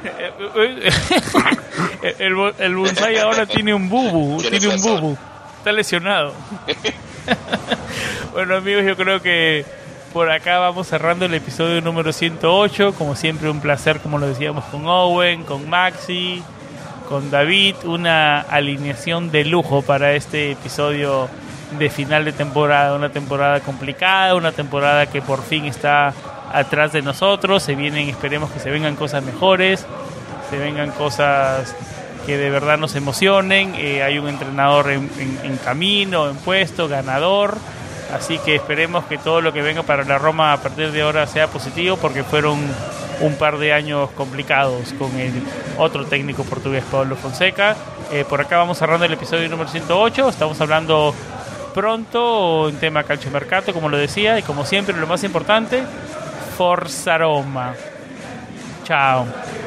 el, el bonsai ahora tiene un bubu, tiene un bubu, está lesionado. Bueno, amigos, yo creo que por acá vamos cerrando el episodio número ciento ocho. Como siempre, un placer, como lo decíamos, con Owen, con Maxi, con David. Una alineación de lujo para este episodio de final de temporada. Una temporada complicada, una temporada que por fin está atrás de nosotros. Se vienen, esperemos que se vengan cosas mejores, se vengan cosas que de verdad nos emocionen. Eh, hay un entrenador en, en, en camino, en puesto, ganador. Así que esperemos que todo lo que venga para la Roma a partir de ahora sea positivo, porque fueron un par de años complicados con el otro técnico portugués, Paulo Fonseca. Eh, por acá vamos cerrando el episodio número ciento ocho. Estamos hablando pronto en tema calciomercato, como lo decía, y como siempre, lo más importante, Forza Roma. Chao.